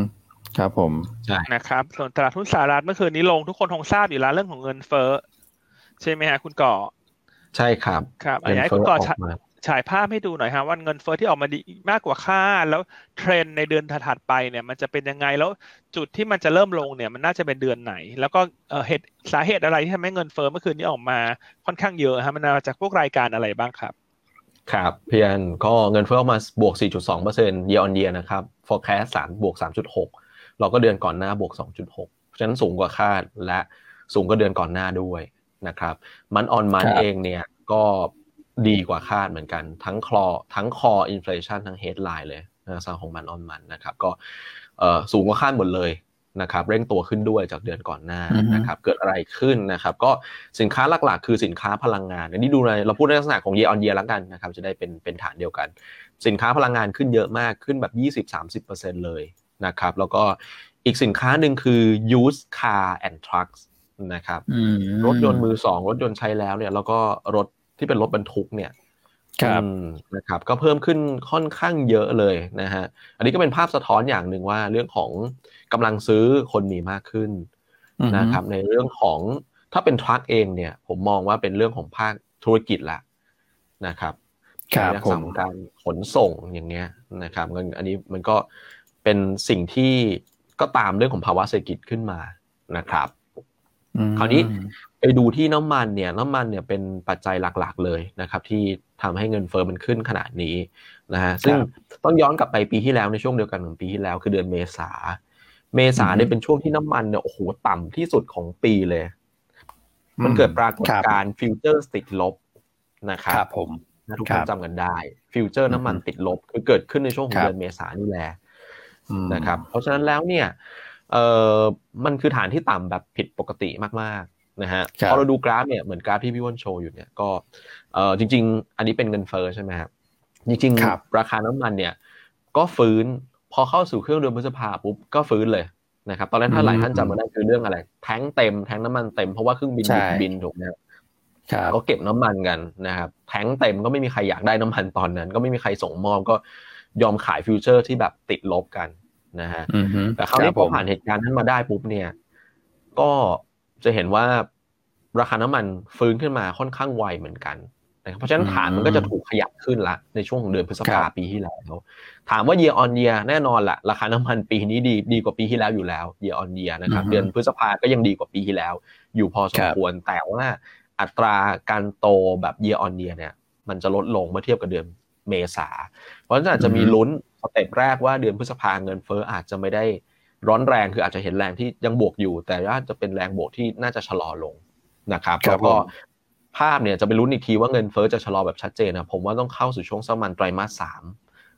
ครับผมใช่นะครับส่วนตลาดหุ้นสหรัฐเมื่อคืนนี้ลงทุกคนคงทราบอยู่แล้วเรื่องของเงินเฟ้อใช่ไหมฮะคุณก่อใช่ครับครับอเงินเฟ้อยากให้คุณก่อออกมาฉายภาพให้ดูหน่อยฮะว่าเงินเฟ้อที่ออกมาดีมากกว่าคาดแล้วเทรนด์ในเดือนถัดๆไปเนี่ยมันจะเป็นยังไงแล้วจุดที่มันจะเริ่มลงเนี่ยมันน่าจะเป็นเดือนไหนแล้วก็เอ่อเหตุสาเหตุอะไรที่ทำให้เงินเฟ้อเมื่อคืนนี้ออกมาค่อนข้างเยอะฮะมันมาจากพวกรายการอะไรบ้างครับครับเพียนก็เงินเฟ้อออกมาบวก สี่จุดสองเปอร์เซ็นต์ year on year นะครับ forecast สามบวก สามจุดหก เราก็เดือนก่อนหน้าบวก สองจุดหก เพราะฉะนั้นสูงกว่าคาดและสูงกว่าเดือนก่อนหน้าด้วยนะครับมันออนมันเองเนี่ยก็ดีกว่าคาดเหมือนกันทั้งคลอทั้งคออินฟลชันทั้งเฮดไลน์เลยนะส่วนของมันออนมันนะครับก็เอ่อสูงกว่าคาดหมดเลยนะครับเร่งตัวขึ้นด้วยจากเดือนก่อนหน้านะครับเกิดอะไรขึ้นนะครับก็สินค้าหลักๆคือสินค้าพลังงานอันนี้ดูในเราพูดในลักษณะของ year on year แล้วกันนะครับจะได้เป็นเป็นฐานเดียวกันสินค้าพลังงานขึ้นเยอะมากขึ้นแบบ ยี่สิบถึงสามสิบเปอร์เซ็นต์ เลยนะครับแล้วก็อีกสินค้าหนึ่งคือ used car and trucks นะครับรถยนต์มือสองรถยนต์ใช้แล้วเนี่ยแล้วก็รถที่เป็นรถบรรทุกเนี่ยครับนะครับก็เพิ่มขึ้นค่อนข้างเยอะเลยนะฮะอันนี้ก็เป็นภาพสะท้อนอย่างหนึ่งว่าเรื่องของกำลังซื้อคนมีมากขึ้นนะครับในเรื่องของถ้าเป็นทรัคเองเนี่ยผมมองว่าเป็นเรื่องของภาคธุรกิจละนะครับในลักษณะของการขนส่งอย่างเงี้ยนะครับอันนี้มันก็เป็นสิ่งที่ก็ตามเรื่องของภาวะเศรษฐกิจขึ้นมานะครับคราวนี้ไปดูที่น้ำมันเนี่ยน้ำมันเนี่ยเป็นปัจจัยหลักๆเลยนะครับที่ทำให้เงินเฟ้อมันขึ้นขนาดนี้นะฮะซึ่งต้องย้อนกลับไปปีที่แล้วในช่วงเดียวกันของปีที่แล้วคือเดือนเมษาเมษาเนี่ยเป็นช่วงที่น้ำมันเนี่ยโอ้โหต่ำที่สุดของปีเลยมันเกิดปรากฏการณ์ฟิวเจอร์ติดลบนะครับผมนะทุกท่านจำกันได้ฟิวเจอร์น้ำมันติดลบคือเกิดขึ้นในช่วงของเดือนเมษานี่แหละนะครับเพราะฉะนั้นแล้วเนี่ยเอ่อมันคือฐานที่ต่ำแบบผิดปกติมากๆนะฮะพอเราดูกราฟเนี่ยเหมือนกราฟที่พี่อ้วนโชว์อยู่เนี่ยก็เอ่อจริงๆอันนี้เป็นเงินเฟ้อใช่ไหมครับจริงๆราคาน้ำมันเนี่ยก็ฟื้นพอเข้าสู่เครื่องเดือนพฤษภาปุ๊บก็ฟื้นเลยนะครับตอนแรกถ้าหลายท่านจำมาได้คือเรื่องอะไรแท้งเต็มแท้งน้ำมันเต็มเพราะว่าเครื่องบินบินถูกไหมครับก็เก็บน้ำมันกันนะครับแท้งเต็มก็ไม่มีใครอยากได้น้ำมันตอนนั้นก็ไม่มีใครส่งมอบก็ยอมขายฟิวเจอร์ที่แบบติดลบกันนะฮะแต่คราวนี้พอผ่านเหตุการณ์นั้นมาได้ปุ๊บเนี่ยก็จะเห็นว่าราคาน้ำมันฟื้นขึ้นมาค่อนข้างไวเหมือนกันนะครับเพราะฉะนั้นฐานมันก็จะถูกขยับขึ้นละในช่วงของเดือนพฤษภาคมปีที่แล้วถามว่า year on year แน่นอนแหละราคาน้ำมันปีนี้ดีดีกว่าปีที่แล้วอยู่แล้ว year on year นะครับเดือนพฤษภาคมก็ยังดีกว่าปีที่แล้วอยู่พอสมควรแต่ว่าอัตราการโตแบบ year on year เนี่ยมันจะลดลงเมื่อเทียบกับเดือนเมษาเพราะฉะนั้นอาจจะมีลุ้นสเต็ปแรกว่าเดือนพฤษภาคมเงินเฟ้ออาจจะไม่ได้ร้อนแรงคืออาจจะเห็นแรงที่ยังบวกอยู่แต่ว่าจะเป็นแรงบวกที่น่าจะชะลอลงนะครับแล้วก็ภาพเนี่ยจะไปลุ้นอีกทีว่าเงินเฟ้อจะชะลอแบบชัดเจนนะผมว่าต้องเข้าสู่ช่วงสักประมาณไตรมาสสาม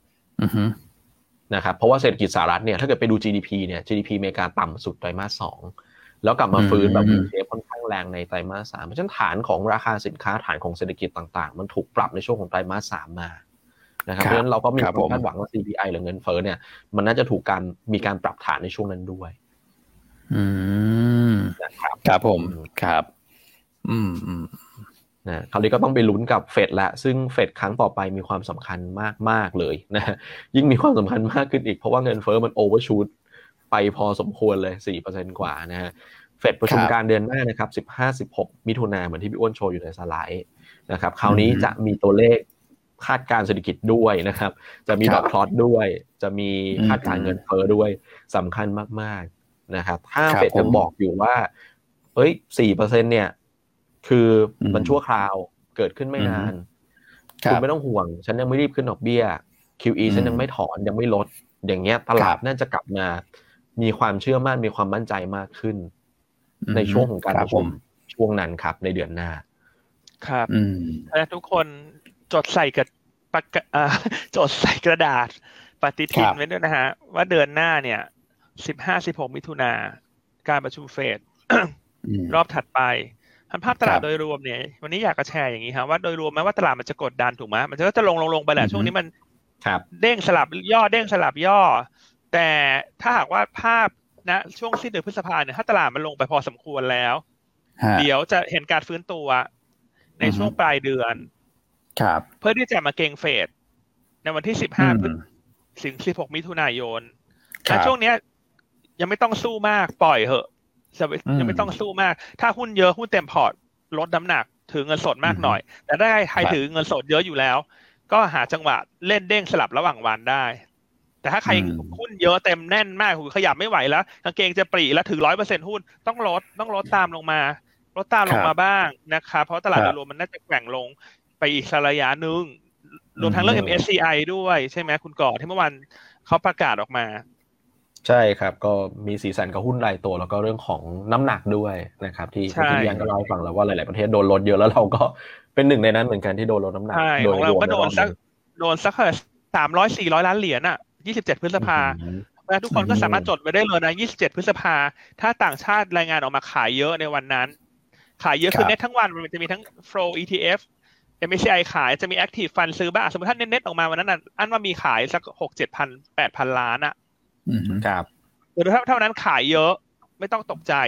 นะครับเพราะว่าเศรษฐกิจสหรัฐเนี่ยถ้าเกิดไปดู จี ดี พี เนี่ย จี ดี พี อเมริกาต่ำสุดไตรมาสสองแล้วกลับมาฟื้นแบบ วี เค ค่อนข้างแรงในไตรมาสสามเพราะฉะนั้นฐานของราคาสินค้าฐานของเศรษฐกิจต่างๆมันถูกปรับในช่วงของไตรมาสสามมานะครับเพราะฉะนั้นเราก็มีความคาดหวังว่า ซี พี ไอ หรือเงินเฟ้อเนี่ยมันน่าจะถูกการมีการปรับฐานในช่วงนั้นด้วยอืมนะครับครับผมครับอืมอืมนะคราวนี้ก็ต้องไปลุ้นกับเฟดละซึ่งเฟดครั้งต่อไปมีความสำคัญมากๆเลยนะยิ่งมีความสำคัญมากขึ้นอีกเพราะว่าเงินเฟ้อมันโอเวอร์ชูตไปพอสมควรเลย สี่เปอร์เซ็นต์ กว่านะฮะเฟดประชุมการเดือนหน้านะครับสิบห้า สิบหกมิถุนายนเหมือนที่พี่อ้วนโชว์อยู่ในสไลด์นะครับคราวนี้จะมีตัวเลขคาดการเศรษฐกิจด้วยนะครับจะมีดอทพลอตด้วยจะมีคาดการเงินเฟ้อด้วยสำคัญมากๆนะครับถ้าเฟดยังบอกอยู่ว่าเอ้ย สี่เปอร์เซ็นต์ เนี่ยคือมันชั่วคราวเกิดขึ้นไม่นานคุณไม่ต้องห่วงฉันยังไม่รีบขึ้นดอกเบี้ย คิว อี ฉันยังไม่ถอนยังไม่ลดอย่างเงี้ยตลาดน่าจะกลับมามีความเชื่อมั่นมีความมั่นใจมากขึ้นในช่วงของการประชุมช่วงนั้นครับในเดือนหน้าครับและทุกคนจดใส่กับปากกาจดใส่กระดาษปฏิทินไว้ด้วยนะฮะว่าเดือนหน้าเนี่ยสิบห้า สิบหกมิถุนาการประชุมเฟดรอบถัดไปทันภาพตลาดโดยรวมเนี่ยวันนี้อยากจะแชร์อย่างนี้ครับว่าโดยรวมแม้ว่าตลาดมันจะกดดันถูกไหมมันก็จะลงลงลงไปแหละช่วงนี้มันเด้งสลับย่อเด้งสลับย่อแต่ถ้าหากว่าภาพนะช่วงสิ้นเดือนพฤษภาเนี่ยถ้าตลาดมันลงไปพอสมควรแล้วเดี๋ยวจะเห็นการฟื้นตัวในช่วงปลายเดือนเพื่อที่จะมาเก็งเฟดในวันที่สิบห้าถึงสิบหกมิถุนายนและช่วงนี้ยังไม่ต้องสู้มากปล่อยเหอะยังไม่ต้องสู้มากถ้าหุ้นเยอะหุ้นเต็มพอร์ตลดน้ำหนักถือเงินสดมากหน่อยแต่ถ้าใครถือเงินสดเยอะอยู่แล้วก็หาจังหวะเล่นเด้งสลับระหว่างวันได้แต่ถ้าใครหุ้นเยอะเต็มแน่นมากหูขยับไม่ไหวแล้วกางเกงจะปรีแล้วถือ ร้อยเปอร์เซ็นต์ หุ้นต้องลดต้องลดตามลงมาลดตามลงมาบ้างนะครับเพราะตลาดโดยรวมมันน่าจะแกว่งลงไปอีกระยะนึงรวมทั้งเรื่อง เอ็ม เอส ซี ไอ ด้วยใช่ไหมคุณก่อที่เมื่อวานเขาประกาศออกมาใช่ครับก็มีสีสันกับหุ้นรายตัวแล้วก็เรื่องของน้ำหนักด้วยนะครับที่ที่ยังก็เล่าให้ฟังแล้วว่าหลายๆประเทศโดนลดเยอะแล้วเราก็เป็นหนึ่งในนั้นเหมือนกันที่โดนลดน้ำหนักโดยรวมของเราก็โดนสักโดนสักสามร้อย สี่ร้อยล้านเหรียญอ่ะยี่สิบเจ็ดพฤษภาแล้วทุกคนก็สามารถจดไว้ได้เลยนะยี่สิบเจ็ดพฤษภาถ้าต่างชาติรายงานออกมาขายเยอะในวันนั้นขายเยอะคือเน็ตทั้งวันมันจะมีทั้ง flow อี ที เอฟ เอ็ม เอส ซี ไอ ขายจะมี active fund ซื้อบ้างสมมติถ้าเน็ตๆออกมาวันนั้นน่ะอันว่ามีขายสัก หกเจ็ดพัน แปดพัน ล้านอ่ะอืมครับหรือถ้าเท่านั้นขายเยอะไม่ต้องตกใจ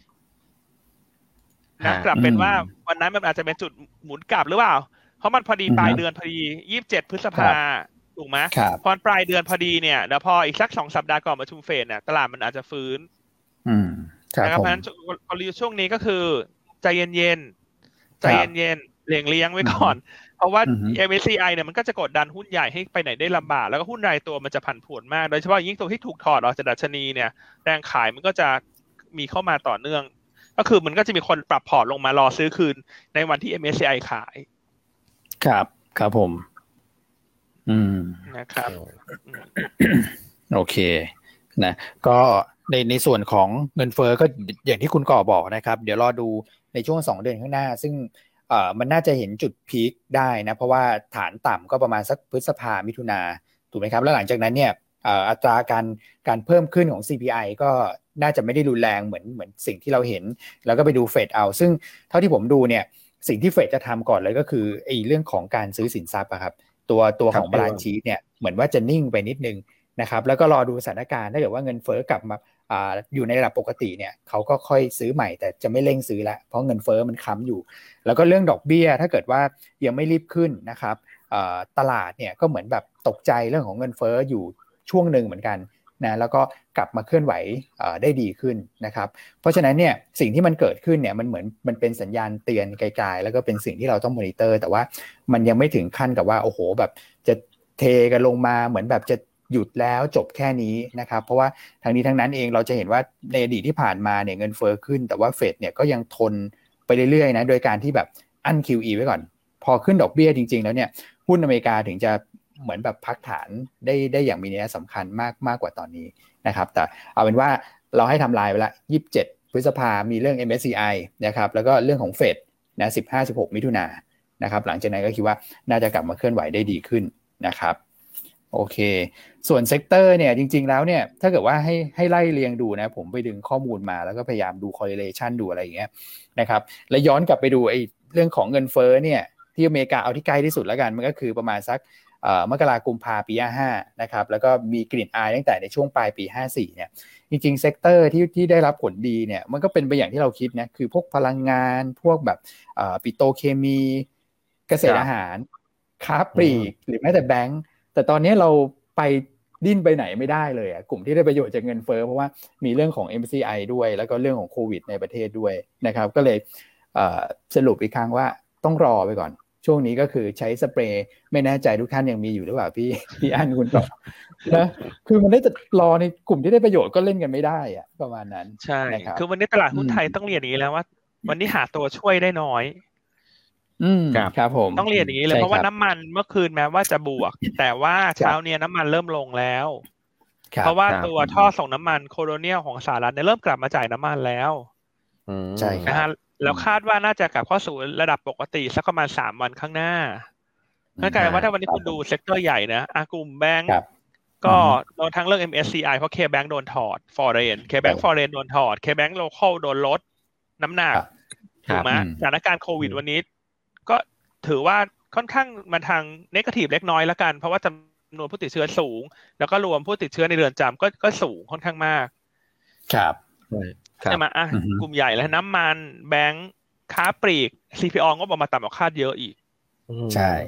นะกลับเป็นว่าวันนั้นมันอาจจะเป็นจุดหมุนกลับหรือเปล่าเพราะมันพอดีปลายเดือนพอดียี่สิบเจ็ดพฤษภาถูกไหมพอปลายเดือนพอดีเนี่ยแล้วพออีกสักสองสัปดาห์ก่อนประชุมเฟดเนี่ยตลาดมันอาจจะฟื้นนะครับเพราะฉะนั้นกลยุทธ์ช่วงนี้ก็คือใจเย็นๆใจเย็นๆเลี้ยงเลี้ยงไว้ก่อนเพราะว่า เอ็ม เอส ซี ไอ เนี่ยมันก็จะกดดันหุ้นใหญ่ให้ไปไหนได้ลำบากแล้วก็หุ้นรายตัวมันจะผันผวนมากโดยเฉพาะยิ่งตัวที่ถูกถอดออกจากดัชนีเนี่ยแรงขายมันก็จะมีเข้ามาต่อเนื่องก็คือมันก็จะมีคนปรับพอร์ตลงมารอซื้อคืนในวันที่ เอ็ม เอส ซี ไอ ขายครับครับผมอืมนะครับโอเคนะก็ในในส่วนของเงินเฟ้อก็อย่างที่คุณก่อบอกนะครับเดี๋ยวรอดูในช่วงสองเดือนข้างหน้าซึ่งเอ่อมันน่าจะเห็นจุดพีคได้นะเพราะว่าฐานต่ำก็ประมาณสักพฤษภามิถุนาถูกไหมครับแล้วหลังจากนั้นเนี่ยเอ่ออัตราการการเพิ่มขึ้นของ ซี พี ไอ ก็น่าจะไม่ได้รุนแรงเหมือนเหมือนสิ่งที่เราเห็นแล้วก็ไปดูเฟดเอาซึ่งเท่าที่ผมดูเนี่ยสิ่งที่เฟดจะทำก่อนเลยก็คือไอ้เรื่องของการซื้อสินทรัพย์อะครับตัวตัวของบาลานซ์ชีทเนี่ยเหมือนว่าจะนิ่งไปนิดนึงนะครับแล้วก็รอดูสถานการณ์ถ้าเกิดว่าเงินเฟ้อกลับมาอ่าอยู่ในระดับปกติเนี่ยเขาก็ค่อยซื้อใหม่แต่จะไม่เร่งซื้อละเพราะเงินเฟ้อมันค้ำอยู่แล้วก็เรื่องดอกเบี้ยถ้าเกิดว่ายังไม่รีบขึ้นนะครับตลาดเนี่ยก็เหมือนแบบตกใจเรื่องของเงินเฟ้ออยู่ช่วงหนึ่งเหมือนกันนะแล้วก็กลับมาเคลื่อนไหวได้ดีขึ้นนะครับเพราะฉะนั้นเนี่ยสิ่งที่มันเกิดขึ้นเนี่ยมันเหมือนมันเป็นสัญญาณเตือนไกลๆแล้วก็เป็นสิ่งที่เราต้องมอนิเตอร์แต่ว่ามันยังไม่ถึงขั้นกับว่าโอ้โหแบบจะเทกันลงมาเหมือนแบบจะหยุดแล้วจบแค่นี้นะครับเพราะว่าทางนี้ทั้งนั้นเองเราจะเห็นว่าในอดีตที่ผ่านมาเนี่ยเงินเฟ้อขึ้นแต่ว่าเฟดเนี่ยก็ยังทนไปเรื่อยๆนะโดยการที่แบบอั้น คิว อี ไว้ก่อนพอขึ้นดอกเบี้ยจริงๆแล้วเนี่ยหุ้นอเมริกาถึงจะเหมือนแบบพักฐานได้ได้อย่างมีนัยสำคัญมากมากกว่าตอนนี้นะครับแต่เอาเป็นว่าเราให้ทำลายไปละยี่สิบเจ็ดพฤษภามีเรื่อง เอ็ม เอส ซี ไอ นะครับแล้วก็เรื่องของเฟดนะสิบห้า สิบหกมิถุนายนนะครับหลังจากนั้นก็คิดว่าน่าจะกลับมาเคลื่อนไหวได้ดีขึ้นนะครับโอเคส่วนเซกเตอร์เนี่ยจริงๆแล้วเนี่ยถ้าเกิดว่าให้ให้ไล่เรียงดูนะผมไปดึงข้อมูลมาแล้วก็พยายามดู correlation ดูอะไรอย่างเงี้ยนะครับแล้วย้อนกลับไปดูไอ้เรื่องของเงินเฟ้อเนี่ยที่อเมริกาเอาที่ใกล้ที่สุดแล้วกันมันก็คือประมาณสักเอ่อมกราคมกุมภาพันธ์ปีห้าสิบห้านะครับแล้วก็มีกลิ่นอายตั้งแต่ในช่วงปลายปีห้าสิบสี่เนี่ยจริงๆเซกเตอร์ที่ที่ได้รับผลดีเนี่ยมันก็เป็นไปอย่างที่เราคิดนะคือพวกพลังงานพวกแบบเอ่อปิโตรเคมีเกษตรอาหารค้าปลีกหรือแม้แต่แบงก์แต่ตอนนี้เราไปดิ้นไปไหนไม่ได้เลยอ่ะกลุ่มที่ได้ประโยชน์จากเงินเฟ้อเพราะว่ามีเรื่องของ เอ็ม ซี ไอ ด้วยแล้วก็เรื่องของโควิดในประเทศด้วยนะครับก็เลยเอ่อสรุปอีกครั้งว่าต้องรอไปก่อนช่วงนี้ก็คือใช้สเปรย์ไม่แน่ใจทุกท่านยังมีอยู่หรือเปล่าพี่พี่อั้นคุณต่อนะคือมันได้จะรอในกลุ่มที่ได้ประโยชน์ก็เล่นกันไม่ได้อ่ะประมาณนั้นใช่คือวันนี้ตลาดหุ้นไทยต้องเรียนอย่างนี้แล้วว่าวันนี้หาตัวช่วยได้น้อยอืมครับผมต้องเรียนอย่างนี้เลยเพราะว่าน้ำมันเมื่อคืนแม้ว่าจะบวกแต่ว่าเช้านี้น้ำมันเริ่มลงแล้วเพราะว่าตัวท่อส่งน้ำมันโคโลเนียลของสหรัฐเนี่ยเริ่มกลับมาจ่ายน้ำมันแล้วใช่นะฮะแล้วคาดว่าน่าจะกลับเข้าสู่ระดับปกติสักประมาณสามวันข้างหน้านั่นกลายว่าถ้าวันนี้คุณดูเซกเตอร์ใหญ่นะอากลุ่มแบงก์ก็โดนทั้งเรื่อง เอ็ม เอส ซี ไอ เพราะ K-Bank โดนถอด Foreign K-Bank Foreign โดนถอด K-Bank Local โดนลดน้ำหนักถูกไหมสถานการณ์โควิดวันนี้ก็ถือว่าค่อนข้างมาทางเนกาทีฟเล็กน้อยแล้วกันเพราะว่าจำนวนผู้ติดเชื้อสูงแล้วก็รวมผู้ติดเชื้อในเรือนจำก็ก็สูงค่อนข้างมากครับใช่ไหมอ่ะกลุ่มใหญ่แล้วน้ำมันแบงค์ค้าปลีก ซี พี โอ งบออกมาต่ำกว่าคาดเยอะอีกใช่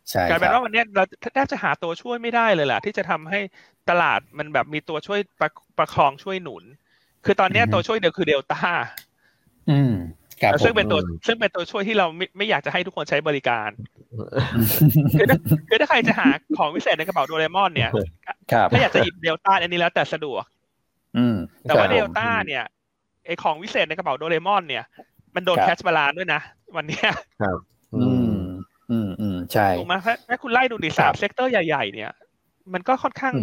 กลายเป็นว่าวันนี้เราแทบจะหาตัวช่วยไม่ได้เลยแหละที่จะทำให้ตลาดมันแบบมีตัวช่วยประประคองช่วยหนุนคือตอนนี้ตัวช่วยเดียวคือเดลต้าอืมซึ่งเป็นตัวซึ่งเป็นตัวช่วยที่เราไม่ไม่อยากจะให้ทุกคนใช้บริการคือถ้าคือถ้าใครจะหาของวิเศษในกระเป๋าโดเรมอนเนี่ยถ้าอยากจะหยิบเดลต้าอันนี้แล้วแต่สะดวกแต่ว่าเดลต้าเนี่ยไอของวิเศษในกระเป๋าโดเรมอนเนี่ยมันโดนแคชบาลานด้วยนะวันนี้ครับอืมอืมอืมใช่ถูกไหมถ้าคุณไล่ดูดิสามเซกเตอร์ใหญ่ๆเนี่ยมันก็ค่อนข้าง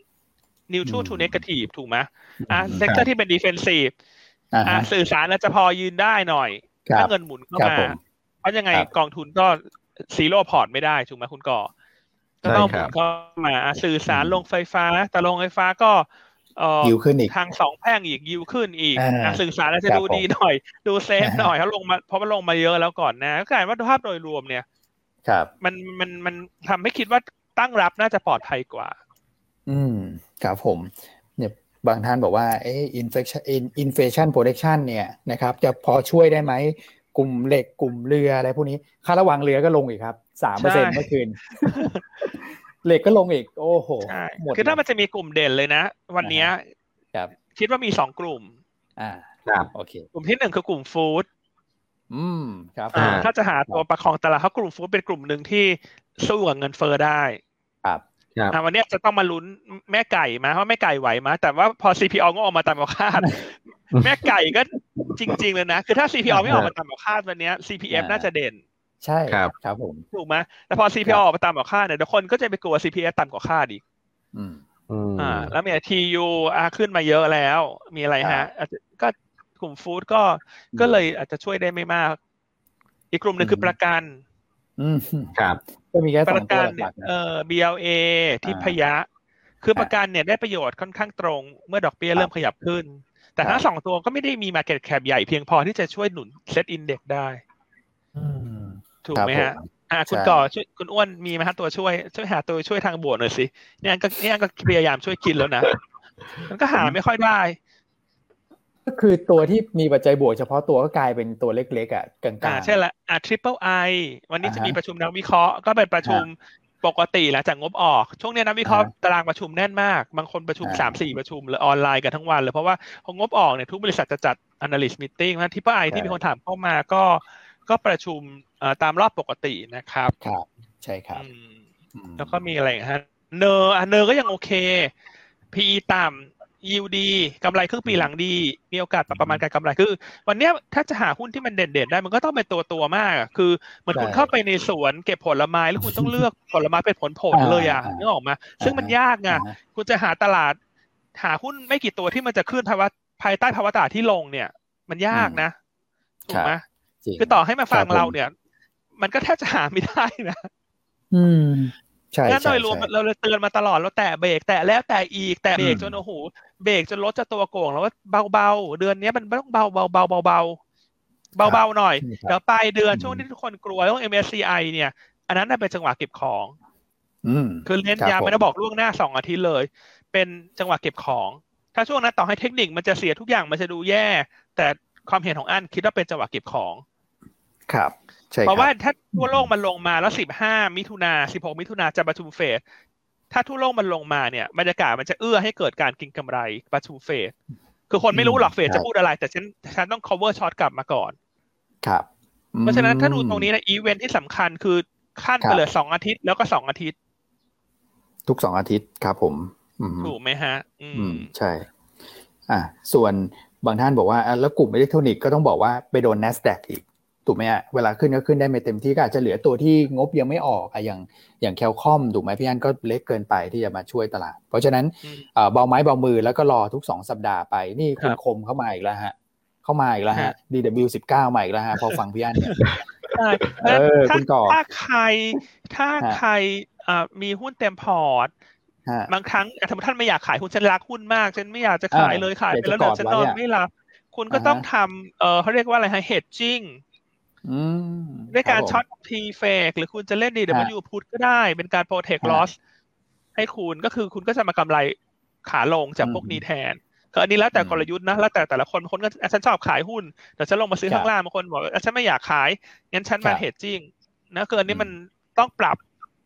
neutral to negative ถูกไหมอ่ะเซกเตอร์ที่เป็น defensive อ่ะสื่อสารอาจจะพอยืนได้หน่อยถ้าเงินหมุนเข้ามาเพราะยังไงกองทุนก็ซีโร่พอร์ตไม่ได้ถูกไหมคุณก่อก็ต้องหมุนเข้ามาสื่อสารลงไฟฟ้าแต่ลงไฟฟ้าก็เอ่อทางสองแพร่งอีกยิวขึ้นอีกสื่อสารอาจจะดูดีหน่อยดูเซฟหน่อยเขาลงมาเพราะมันลงมาเยอะแล้วก่อนนะก็กลายว่าภาพโดยรวมเนี่ยมันมันมันทำให้คิดว่าตั้งรับน่าจะปลอดภัยกว่าอืมครับผมเนี่ยบางท่านบอกว่าเอ๊ะ inflation inflation protection เนี่ยนะครับจะพอช่วยได้ไหมกลุ่มเหล็กกลุ่มเรืออะไรพวกนี้ค่าระวังเรือก็ลงอีกครับ สามเปอร์เซ็นต์ เมื่อคืนเหล็กก็ลงอีกโอ้โหหมดคือถ้ามันจะมีกลุ่มเด่นเลยนะวันนี้ครับคิดว่ามีสองกลุ่มอ่าครับโอเคกลุ่มที่หนึ่งคือกลุ่มฟู้ดอืมครับถ้าจะหาตัวประคองตลาดเพราะกลุ่มฟู้ดเป็นกลุ่มหนึ่งที่สู้กับเงินเฟ้อได้ครับอ่าวันนี้จะต้องมาลุ้นแม่ไก่มาเพราะแม่ไก่ไหวมาแต่ว่าพอ ซี พี อ ก็ออกมาตามคาดแม่ไก่ก็จริงๆเลยนะคือถ้า ซี พี อ ไม่ออกมาตามคาดวันนี้ ซี พี เอฟ น่าจะเด่นใช่ครับครับผมถูกไหมแต่พอ ซี พี อ ออกมาตามคาดเนี่ยเดี๋ยวคนก็จะไปกลัว ซี พี เอฟ ต่ำกว่าคาดอีกอืมอ่าแล้วมี ที ยู อ่ะขึ้นมาเยอะแล้วมีอะไรฮะก็กลุ่มฟู้ดก็ก็เลยอาจจะช่วยได้ไม่มากอีกกลุ่มนึงคือประกันอืมครับก็มีแค่สองตัวหลักๆเอ่อ บี แอล เอ ทิพยะคือประกันเนี่ยได้ประโยชน์ค่อนข้างตรงเมื่อดอกเบี้ยเริ่มขยับขึ้นแต่ทั้งสองตัวก็ไม่ได้มี market cap ใหญ่เพียงพอที่จะช่วยหนุน Set Index ได้ถูกไหมฮะอ่าคุณก่อช่วยคุณอ้วนมีไหมฮะตัวช่วยช่วยหาตัวช่วยทางบวกหน่อยสิเนี่ยก็เนี่ยก็พยายามช่วยคิดแล้วนะมันก็หาไม่ค่อยได้ก็คือตัวที่มีปัจจัยบวกเฉพาะตัวก็กลายเป็นตัวเล็กๆอ่ะกลางๆอ่าใช่ละอ่า Triple I วันนี้จะมีประชุมนักวิเคราะห์ก็เป็นประชุมปกติหลังจากงบออกช่วงนี้นักวิเคราะห์ตารางประชุมแน่นมากบางคนประชุม สามสี่ ประชุมหรือออนไลน์กันทั้งวันเลยเพราะว่าพองบออกเนี่ยทุกบริษัทจะจัด analyst meeting นะ Triple I ที่มีคนถามเข้ามาก็ก็ประชุมตามรอบปกตินะครับครับใช่ครับแล้วก็มีอะไรฮะเนอร์เนอร์ก็ยังโอเค พี อี ต่ำ ยิลด์ ดีกำไรครึ่งปีหลังดีมีโอกาสประมาณการกำไรคือวันนี้ถ้าจะหาหุ้นที่มันเด่นๆได้มันก็ต้องเป็นตัวตัวมากคือเหมือนคุณเข้าไปในสวนเก็บผลไม้แล้วคุณต้องเลือกผลไม้เป็นผลผลเลยอ่ะนึกออกมาซึ่งมันยากไงคุณจะหาตลาดหาหุ้นไม่กี่ตัวที่มันจะขึ้นภาวะภายใต้ภาวะตลาดที่ลงเนี่ยมันยากนะถูกไหมคือต่อให้มาฟังเราเนี่ยมันก็แทบจะหาไม่ได้นะอืมใช่งั้นโดยรวมเราเลยเตือนมาตลอดเราแตะเบรกแตะแล้วแตะอีกแตะเบรกจนโอ้โหเบรกจนรถจะตัวโก่งแล้วว่าเบาๆเดือนนี้มันต้องเบาๆเบาๆเบาๆเบาๆหน่อยเดี๋ยวปลายเดือนช่วงที่ทุกคนกลัวต้อง เอ็ม เอส ซี ไอ เนี่ยอันนั้นน่ะเป็นจังหวะเก็บของคือเล่นยาไม่ได้บอกล่วงหน้าสองอาทิตย์เลยเป็นจังหวะเก็บของถ้าช่วงนั้นต่อให้เทคนิคมันจะเสียทุกอย่างมันจะดูแย่แต่ความเห็นของอันคิดว่าเป็นจังหวะเก็บของครับเพราะว่าถ้าทั่วโลกมันลงมาแล้วสิบห้ามิถุนาสิบหกมิถุนาจะประชุมเฟดถ้าทั่วโลกมันลงมาเนี่ยบรรยากาศมันจะเอื้อให้เกิดการกินกำไรประชุมเฟดคือคนไม่รู้หรอกเฟดจะพูดอะไรแต่ฉันฉันต้อง cover short กลับมาก่อนครับเพราะฉะนั้นถ้าดูตรงนี้นะอีเวนท์ที่สำคัญคือขั้นไปเลยสองอาทิตย์แล้วก็สองอาทิตย์ทุกสองอาทิตย์ครับผมถูกไหมฮะอืมใช่อ่ะส่วนบางท่านบอกว่าแล้วกลุ่มอิเล็กทรอนิกส์ก็ต้องบอกว่าไปโดน NASDAQ อีกถูกไหมฮะเวลาขึ้นก็ขึ้นได้ไม่เต็มที่ก็อาจจะเหลือตัวที่งบยังไม่ออกอ่ะอย่างอย่างแคลคอมถูกไหมพี่อันก็เล็กเกินไปที่จะมาช่วยตลาดเพราะฉะนั้นเอ่อเบาไม้เบามือแล้วก็รอทุกสองสัปดาห์ไปนี่คุณคมเข้ามาอีกแล้วฮะเข้ามาอีกแล้วฮะ ดี ดับเบิลยู สิบเก้า มาอีกแล้วฮะพอฟังพี่อันเนี่ยใช่เออคุณก่อถ้าใครถ้าใครอ่ามีหุ้นเต็มพอร์ตบางครั้งถ้าท่านไม่อยากขายหุ้นฉันรักหุ้นมากฉันไม่อยากจะขายเลยขายไปแล้วเดี๋ยวฉันนอนไม่หลับคุณก็ต้องทำเออเขาเรียกว่าอะไรฮะ hedging ด้วยการช็อต T fake หรือคุณจะเล่น ดี ดับเบิลยู put ก็ได้เป็นการ protect loss ให้คุณก็คือคุณก็จะมากำไรขาลงจากพวกนี้แทนคืออันนี้แล้วแต่กลยุทธ์นะแล้วแต่แต่ละคนคนก็ฉันชอบขายหุ้นแต่ฉันลงมาซื้อข้างล่างบางคนบอกฉันไม่อยากขายงั้นฉันมา hedging นะคืออันนี้มันต้องปรับ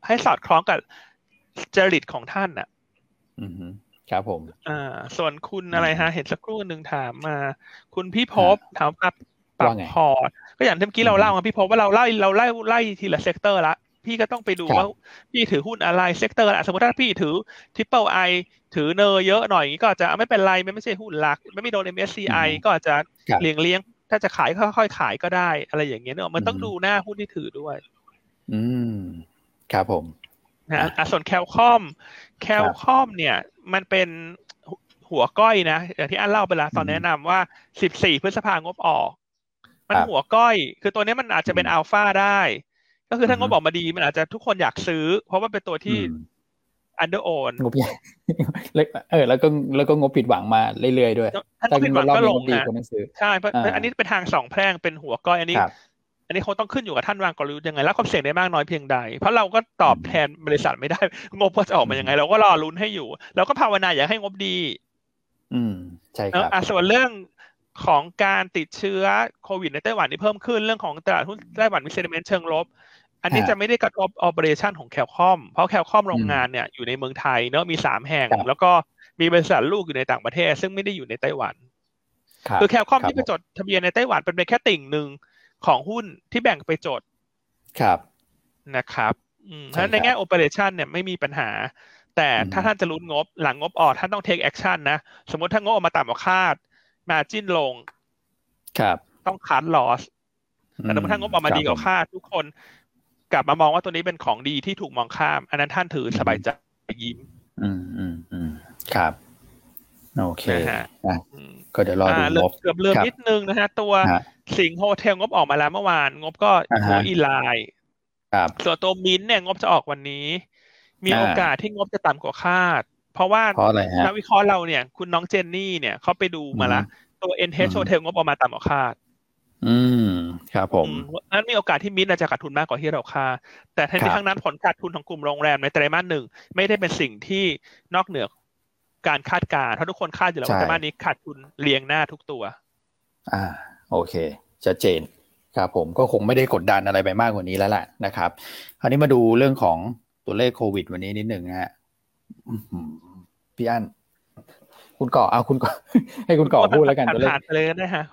ให้สอดคล้องกับจริตของท่านน่ะอืมครับผมอ่าส่วนคุณอะไรฮะเห็นสักครู่นึงถามมาคุณพี่ภพถามปรับปรับพอร์ตก็อย่างที่เมื่อกี้เราเล่ามาพี่ภพว่าเราไล่เราไล่ไล่ทีละเซกเตอร์ละพี่ก็ต้องไปดูว่าพี่ถือหุ้นอะไรเซกเตอร์ละสมมติถ้าพี่ถือ Triple I ถือเนอเยอะหน่อยก็จะไม่เป็นไรไม่ไม่ใช่หุ้นหลักไม่ไม่โดน เอ็ม เอส ซี ไอ ก็อาจจะเลี้ยงเลี้ยงถ้าจะขายค่อยๆขายก็ได้อะไรอย่างเงี้ยเนอะมันต้องดูหน้าหุ้นที่ถือด้วยอืมครับผมนะอ่ะส่วนแคลคอมแคลคอมเนี่ยมันเป็นหัวก้อยนะอย่างที่อันเล่าไปแล้วตอนแนะนำว่าสิบสี่พฤษภางบออกมันหัวก้อยคือตัวนี้มันอาจจะเป็นอัลฟาได้ก็คือถ้างบออกมาดีมันอาจจะทุกคนอยากซื้อเพราะว่าเป็นตัวที่อันเดอร์โอนงบใหญ่เออแล้วก็แล้วก็งบผิดหวังมาเรื่อยๆด้วยถ้าผิดหวังก็ลงนะใช่เพราะอันนี้เป็นทางสองแพร่งเป็นหัวก้อยอันนี้อันนี้คงต้องขึ้นอยู่กับท่านวางกลยุทธ์ยังไงแล้วความเสี่ยงได้มากน้อยเพียงใดเพราะเราก็ตอบแทนบริษัทไม่ได้งบจะออกมายังไงเราก็รอลุ้นให้อยู่เราก็ภาวนาอยากให้งบดีอืมใช่ครับส่วนเรื่องของการติดเชื้อโควิดในไต้หวันที่เพิ่มขึ้นเรื่องของตลาดหุ้นไต้หวันมีเซนติเมนต์เชิงลบอันนี้จะไม่ได้กระทบ operation ของแคลคอมเพราะแคลคอมโรงงานเนี่ยอยู่ในเมืองไทยเนอะมีสามแห่งแล้วก็มีบริษัทลูกอยู่ในต่างประเทศซึ่งไม่ได้อยู่ในไต้หวันคือแคลคอมที่ไปจดทะเบียนในไต้หวันเป็นแค่ติ่งหนึ่งของหุ้นที่แบ่งไปจดครับนะครับอืมเพราะในแง่ operation เนี่ยไม่มีปัญหาแต่ถ้าท่านจะลุ้นงบหลังงบออกท่านต้อง take action นะสมมติถ้างบออกมาต่ำกว่าคาด margin ลงครับต้อง cut loss แต่ถ้างบออกมาดีกว่าคาดทุกคนกลับมามองว่าตัวนี้เป็นของดีที่ถูกมองข้ามอันนั้นท่านถือสบายใจยิ้มอืมอืมอืมครับโอเคอ่ะก็เดี๋ยวรอดูงบเกือบลืมนิดนึงนะฮะตัวสิงห์โฮเทลงบออกมาแล้วเมื่อวานงบก็โคอีไลน์ส่วนตัวมิ้นเนี่ยงบจะออกวันนี้มีโอกาสที่งบจะต่ำกว่าคาดเพราะว่านักวิเคราะห์เราเนี่ยคุณน้องเจนนี่เนี่ยเขาไปดูมาละตัว เอ็น เอช Hotel งบออกมาต่ำกว่าคาดอืมครับผมนั้นมีโอกาสที่มิ้นอาจจะขาดทุนมากกว่าที่เราคาดแต่ทั้งนี้ทั้งนั้นผลขาดทุนของกลุ่มโรงแรมในไตรมาสหนึ่งไม่ได้เป็นสิ่งที่นอกเหนือการคาดการณ์เพราะทุกคนคาดอยู่แล้วว่าไตรมาสนี้ขาดทุนเรียงหน้าทุกตัวอ่าโอเคชัดเจนครับผมก็คงไม่ได้กดดันอะไรไปมากกว่านี้แล้วแหละนะครับคราวนี้มาดูเรื่องของตัวเลขโควิดวันนี้นิดหนึ่งนะฮะพี่อั้นคุณก่อเอาคุณก่อให้คุณก่อพูดแล้วกันตัวเลขเลยได้ฮะ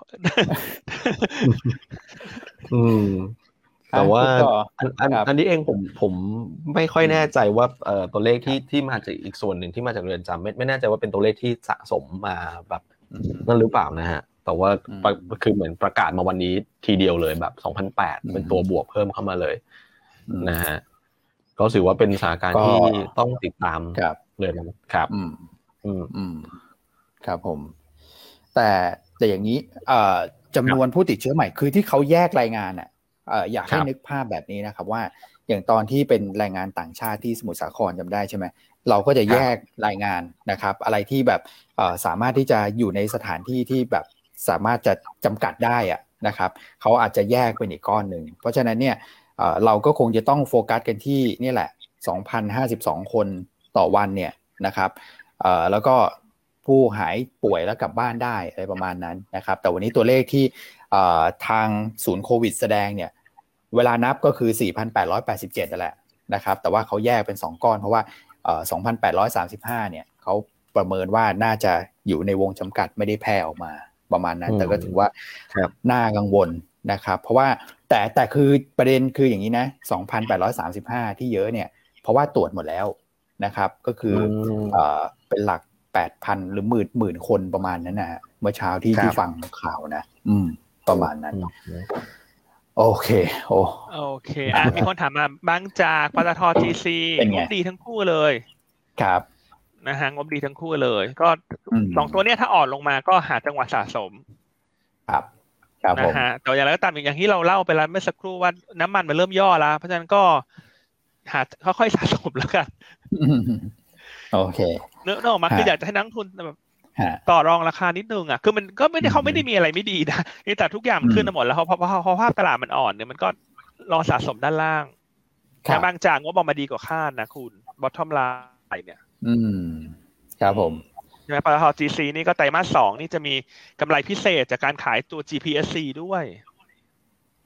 อืมแต่ว่าอันอันนี้เองผมผมไม่ค่อยแน่ใจว่าเอ่อตัวเลขที่ที่มาจากอีกส่วนหนึ่งที่มาจากเรือนจำไม่ไม่แน่ใจว่าเป็นตัวเลขที่สะสมมาแบบนั่นหรือเปล่านะฮะแต่ว่าคือเหมือนประกาศมาวันนี้ทีเดียวเลยแบบสองพันแปดเป็นตัวบวกเพิ่มเข้ามาเลยนะฮะก็ถือว่าเป็นสถานการณ์ที่ต้องติดตามเลยนะครับอืมอืมอืมครับผมแต่แต่อย่างนี้จำนวนผู้ติดเชื้อใหม่คือที่เขาแยกรายงานอ่ะอยากให้นึกภาพแบบนี้นะครับว่าอย่างตอนที่เป็นแรงงานต่างชาติที่สมุทรสาครจำได้ใช่ไหมเราก็จะแยกรายงานนะครับอะไรที่แบบสามารถที่จะอยู่ในสถานที่ที่แบบสามารถจะจำกัดได้อ่ะนะครับเขาอาจจะแยกเป็นอีกก้อนหนึ่งเพราะฉะนั้นเนี่ยเราก็คงจะต้องโฟกัสกันที่นี่แหละ สองพันห้าสิบสอง คนต่อวันเนี่ยนะครับแล้วก็ผู้หายป่วยแล้วกลับบ้านได้อะไรประมาณนั้นนะครับแต่วันนี้ตัวเลขที่ทางศูนย์โควิดแสดงเนี่ยเวลานับก็คือ สี่พันแปดร้อยแปดสิบเจ็ด นั่นแหละนะครับแต่ว่าเขาแยกเป็นสองก้อนเพราะว่าเอ่อ สองพันแปดร้อยสามสิบห้า เนี่ยเขาประเมินว่าน่าจะอยู่ในวงจำกัดไม่ได้แพร่ออกมาประมาณนั้นแต่ก็ถือว่าน่ากังวลนะครับเพราะว่าแต่แต่คือประเด็นคืออย่างนี้นะ สองพันแปดร้อยสามสิบห้า ที่เยอะเนี่ยเพราะว่าตรวจหมดแล้วนะครับก็คือเอ่อเป็นหลัก แปดพัน หรือหมื่นหมื่นคนประมาณนั้นนะฮะเมื่อเช้าที่ที่ฟังข่าวนะอืมประมาณนั้นโอเคโอโอเคอ่ะมีคนถามมาบางจากปตท จี ซี งบดีทั้งคู่เลยครับนะฮะงบดีทั้งคู่เลยก็สองตัวเนี้ยถ้าอ่อนลงมาก็หาจังหวะสะสมครับครับนะฮะแต่อย่างไรก็ตามอย่างที่เราเล่าไปแล้วเมื่อสักครู่ว่าน้ำมันมันเริ่มย่อแล้วเพราะฉะนั้นก็หาค่อยๆสะสมแล้วกันโอเคเนื้อออกมาคืออยากจะให้นักทุนแบบต่อรองราคานิดนึงอ่ะคือมันก็ไม่ได้เขาไม่ได้มีอะไรไม่ดีนะแต่ทุกอย่างมันขึ้นหมดแล้วเพราะเพราะเพราะภาพตลาดมันอ่อนเนี่ยมันก็รอสะสมด้านล่างแต่บางจากงบออกมาดีกว่าคาดนะคุณ bottom line เนี่ยอืมครับผมใช่ไหมปตท จี ซี นี่ก็ไตรมาสสองนี่จะมีกำไรพิเศษจากการขายตัว จี พี เอส ซี ด้วย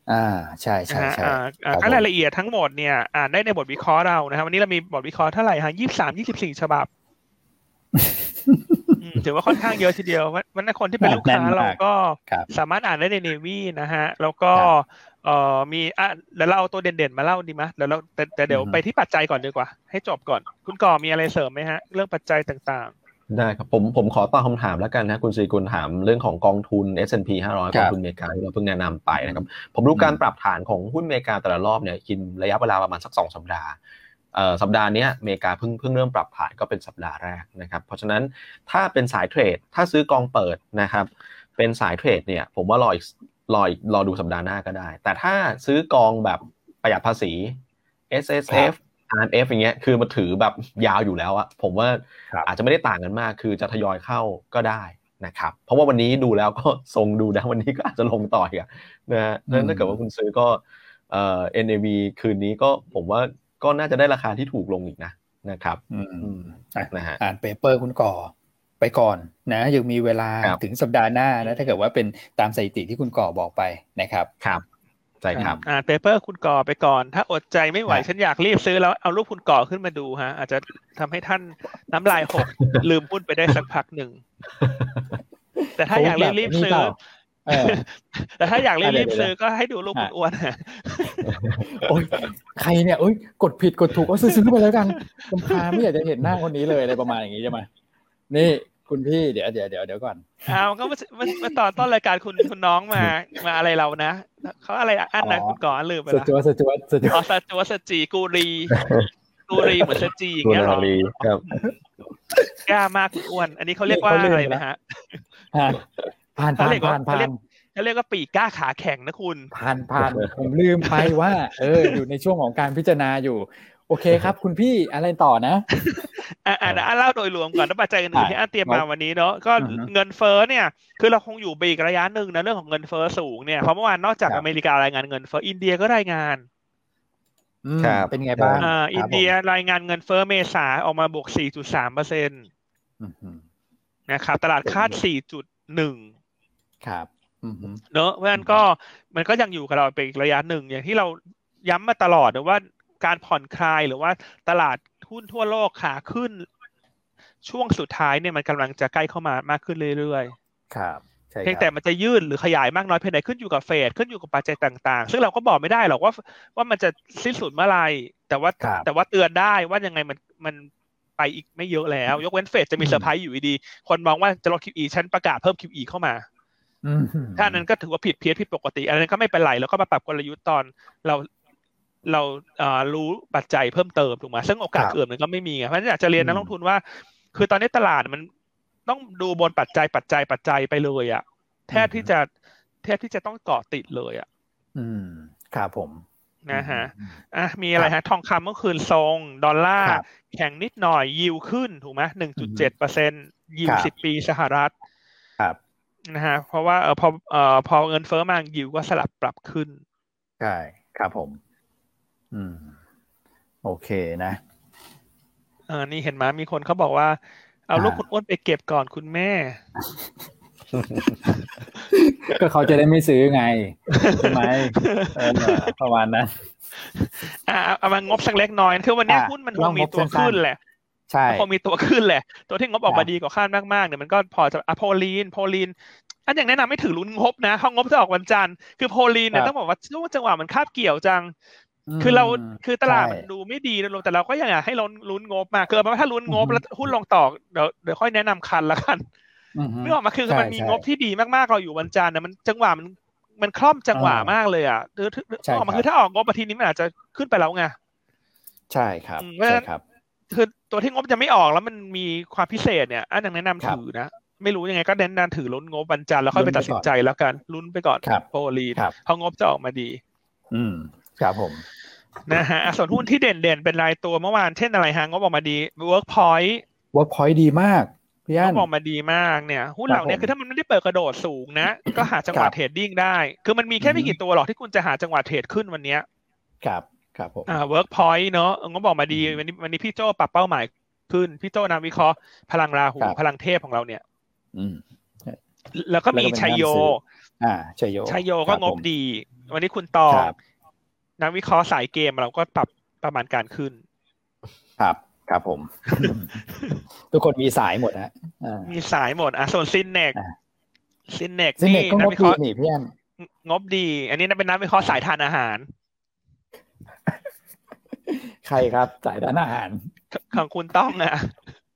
อ่าใช่ใช่ใช่ถ้ารายละเอียดทั้งหมดเนี่ยอ่านได้ในบทวิเคราะห์เรานะครับวันนี้เรามีบทวิเคราะห์เท่าไหร่ฮะยี่สิบสาม ยี่สิบสี่ฉบับถือว่าค่อนข้างเยอะทีเดียววันนั้นคนที่เป็นลูกค้าเราก็สามารถอ่านได้ใน Navy นะฮะแล้วก็เอ่อมีอ่ะแล้วเราเอาตัวเด่นๆมาเล่าดีมั้ยแล้วเราแต่แต่เดี๋ยวไปที่ปัจจัยก่อนดีกว่าให้จบก่อนคุณก่อมีอะไรเสริมมั้ยฮะเรื่องปัจจัยต่างๆได้ครับผมผมขอตอบคำถามแล้วกันนะคุณศรีกุลถามเรื่องของกองทุน เอส แอนด์ พี ห้าร้อยกองทุนอเมริกาที่เราเพิ่งแนะนำไปนะครับผมดูการปรับฐานของหุ้นอเมริกาแต่ละรอบเนี่ยกินระยะเวลาประมาณสักสองสัปดาห์เอ่อสัปดาห์นี้อเมริกาเพิ่งเพิ่งเริ่มปรับฐานก็เป็นสัปดาห์แรกนะครับเพราะฉะนั้นถ้าเป็นสายเทรดถ้าซื้อกองเปิดนะครับเป็นสายเทรดเนี่ยผมว่ารออีกรออีกรอดูสัปดาห์หน้าก็ได้แต่ถ้าซื้อกองแบบประหยัดภาษี เอส เอส เอฟ อาร์ เอ็ม เอฟ อย่างเงี้ยคือมันถือแบบยาวอยู่แล้วอะผมว่าอาจจะไม่ได้ต่างกันมากคือจะทยอยเข้าก็ได้นะครับเพราะว่าวันนี้ดูแล้วก็ทรงดูนะวันนี้ก็อาจจะลงต่ออีกนะฮะดังนั้นถ้าเกิดว่าคุณซื้อก็เอ่อ เอ็น เอ วี คืนนี้ก็ผมว่าก็น่าจะได้ราคาที่ถูกลงอีกนะนะครับอืมนะฮะอ่านเปเปอร์คุณก่อไปก่อนนะยังมีเวลาถึงสัปดาห์หน้านะถ้าเกิดว่าเป็นตามสถิติที่คุณก่อบอกไปนะครับครับใช่ครับอ่านเปเปอร์คุณก่อไปก่อนถ้าอดใจไม่ไหวฉันอยากรีบซื้อแล้วเอารูปคุณก่อขึ้นมาดูฮะอาจจะทำให้ท่านน้ำลายหกลืมหุ้นไปได้สักพักหนึ่งแต่ถ้าอยากรีบซื้อแต่ถ้าอยากรีบซื้อก็ให้ดูรูปคุณอ้วนโอ๊ยใครเนี่ยโอ๊ยกดผิดกดถูกก็ซื้อๆไปแล้วกันกำพาไม่อยากจะเห็นหน้าคนนี้เลยอะไรประมาณอย่างนี้ใช่ไหมนี่คุณพี่เดี๋ยวเดี๋ยวเดี๋ยวเดี๋ยวก่อนอ้าวก็มามาต่อต้นรายการคุณคุณน้องมามาอะไรเรานะเขาอะไรอันนะคุณก่อลืมไปแล้วสจวตสจวตสจวตอ๋อสจวตสจีกูรีกูรีเหมือนสจีอย่างเงี้ยหรอครับกล้ามากคุณอ้วนอันนี้เขาเรียกว่าอะไรนะฮะผ่านผ่านผ่านผ่านเขาเรียกว่าปีกกล้าขาแข็งนะคุณผ่านผ่านผมลืมไปว่าเอออยู่ในช่วงของการพิจารณาอยู่โอเคครับคุณพี่อะไรต่อนะอ่าอ่าเล่าโดยรวมก่อนแล้วปัจจัยอื่นๆที่อันเตรียมมาวันนี้เนาะก็เงินเฟ้อเนี่ยคือเราคงอยู่ไปอีกระยะนึงนะเรื่องของเงินเฟ้อสูงเนี่ยเพราะเมื่อวานนอกจากอเมริการายงานเงินเฟ้ออินเดียก็รายงานครับเป็นไงบ้างอ่าอินเดียรายงานเงินเฟ้อเมษาออกมาบวก สี่จุดสามเปอร์เซ็นต์ นะครับตลาดคาด สี่จุดหนึ่งครับเนอะเพราะฉะนั้นก็มันก็ยังอยู่กับเราไปอีกระยะหนึ่งอย่างที่เราย้ำมาตลอดนะว่าการผ่อนคลายหรือว่าตลาดหุ้นทั่วโลกขาขึ้นช่วงสุดท้ายเนี่ยมันกำลังจะใกล้เข้ามามากขึ้นเรื่อยๆครับใช่เพียงแต่มันจะยืดหรือขยายมากน้อยเพียงใดขึ้นอยู่กับเฟดขึ้นอยู่กับปัจจัยต่างๆซึ่งเราก็บอกไม่ได้หรอกว่าว่ามันจะสิ้นสุดเมื่อไหร่แต่ว่าแต่ว่าเตือนได้ว่ายังไงมันมันไปอีกไม่เยอะแล้วยกเว้นเฟดจะมีเซอร์ไพรส์อยู่ดีคนมองว่าจะลด คิว อี ฉันประกาศเพิ่ม คิว อี เข้ามาถ้านั้นก็ถือว่าผิดเพี้ยนผิดปกติอันนั้นก็ไม่เป็นไรแล้วก็มาปรับกลยุทธ์ตอนเราเราอ่ารู้ปัจจัยเพิ่มเติมถูกไหมซึ่งโอกาสอื่นมันก็ไม่มีเพราะฉะนั้นอยากจะเรียนนักลงทุนว่าคือตอนนี้ตลาดมันต้องดูบนปัจจัยปัจจัยปัจจัยไปเลยอ่ะแทบที่จะแทบที่จะต้องเกาะติดเลยอ่ะอืมครับผมนะฮะอ่ะมีอะไรฮะทองคำเมื่อคืนทรงดอลลาร์แข็งนิดหน่อยยิวขึ้นถูกไหม หนึ่งจุดเจ็ดเปอร์เซ็นต์ ยิวสิบปีสหรัฐครับนะฮะเพราะว่าเออพอเอ่อพอเงินเฟ้อมายิวก็สลับปรับขึ้นใช่ครับผมอืมโอเคนะเออนี่เห็นไหมมีคนเขาบอกว่าเอาลูกคุณอ้วนไปเก็บก่อนคุณแม่ก็เขาจะได้ไม่ซื้อไงใช่ไหมเออประมาณนั้นอ่าเอามางบสักเล็กน้อยคือวันนี้หุ้นมันคงมีตัวขึ้นแหละใช่คงมีตัวขึ้นแหละตัวที่งบออกมาดีกว่าคาดมากๆเนี่ยมันก็พอจะอะโพลีนโพลีนอันอย่างแนะนำไม่ถือลุ้นงบนะเพราะงบจะออกวันจันทร์คือโพลีนเนี่ยต้องบอกว่าช่วงจังหวะมันคาบเกี่ยวจังคือเราคือตลาดมันดูไม่ดีลงแต่เราก็ยังอยากให้ลุ้นลุ้นงบมาคือเพราะว่าถ้าลุ้นงบแล้วหุ้นลงต่อเดี๋ยวเดี๋ยวค่อยแนะนำคันละกันนึกออกมาคือมันมีงบที่ดีมากๆเราอยู่วันจันทร์นะมันจังหวะมันมันคล่อมจังหวะมากเลยอ่ะคือออกมาคือถ้าออกงบอาทิตย์นี้มันอาจจะขึ้นไปแล้วไงใช่ครับใช่ครับคือตัวที่งบจะไม่ออกแล้วมันมีความพิเศษเนี่ยอันอย่างแนะนำถือนะไม่รู้ยังไงก็เน้นนานถือลุ้นงบวันจันทร์แล้วค่อยไปตัดสินใจแล้วกันลุ้นไปก่อนโพลีนพองบจะออกมาดีอืมครับผมนะฮะส่วนหุ้นที่เด่นๆเป็นรายตัวเมื่อวานเช่นอะไรฮะงบออกมาดี Workpoint Workpoint ดีมากพี่อั้นงบออกมาดีมากเนี่ยหุ้นเหล่านี้คือถ้ามันไม่ได้เปิดกระโดดสูงนะก็หาจังหวะเทรดดิ้งได้คือมันมีแค่ไม่กี่ตัวหรอกที่คุณจะหาจังหวะเทรดขึ้นวันนี้ครับครับผมอ่า Workpoint เนอะงบออกมาดีวันนี้วันนี้พี่โจ้ปรับเป้าหมายขึ้นพี่โจ้นักวิเคราะห์พลังราหูพลังเทพของเราเนี่ยแล้วก็มีชัยโยอ่าชัยโยชัยโยก็งบดีวันนี้คุณตองนักวิเคราะห์สายเกมเราก็ปรับประมาณการขึ้นครับครับผม ทุกคนมีสายหมดฮะมีสายหมดอ่ะส่วนซินเนกซินเนกนี่นักวิเคราะห์นี่พี่อันงบดีอันนี้เป็นนักวิเคราะห์สายทานอาหารใครครับสายทานอาหารของคุณต้องอ่ะ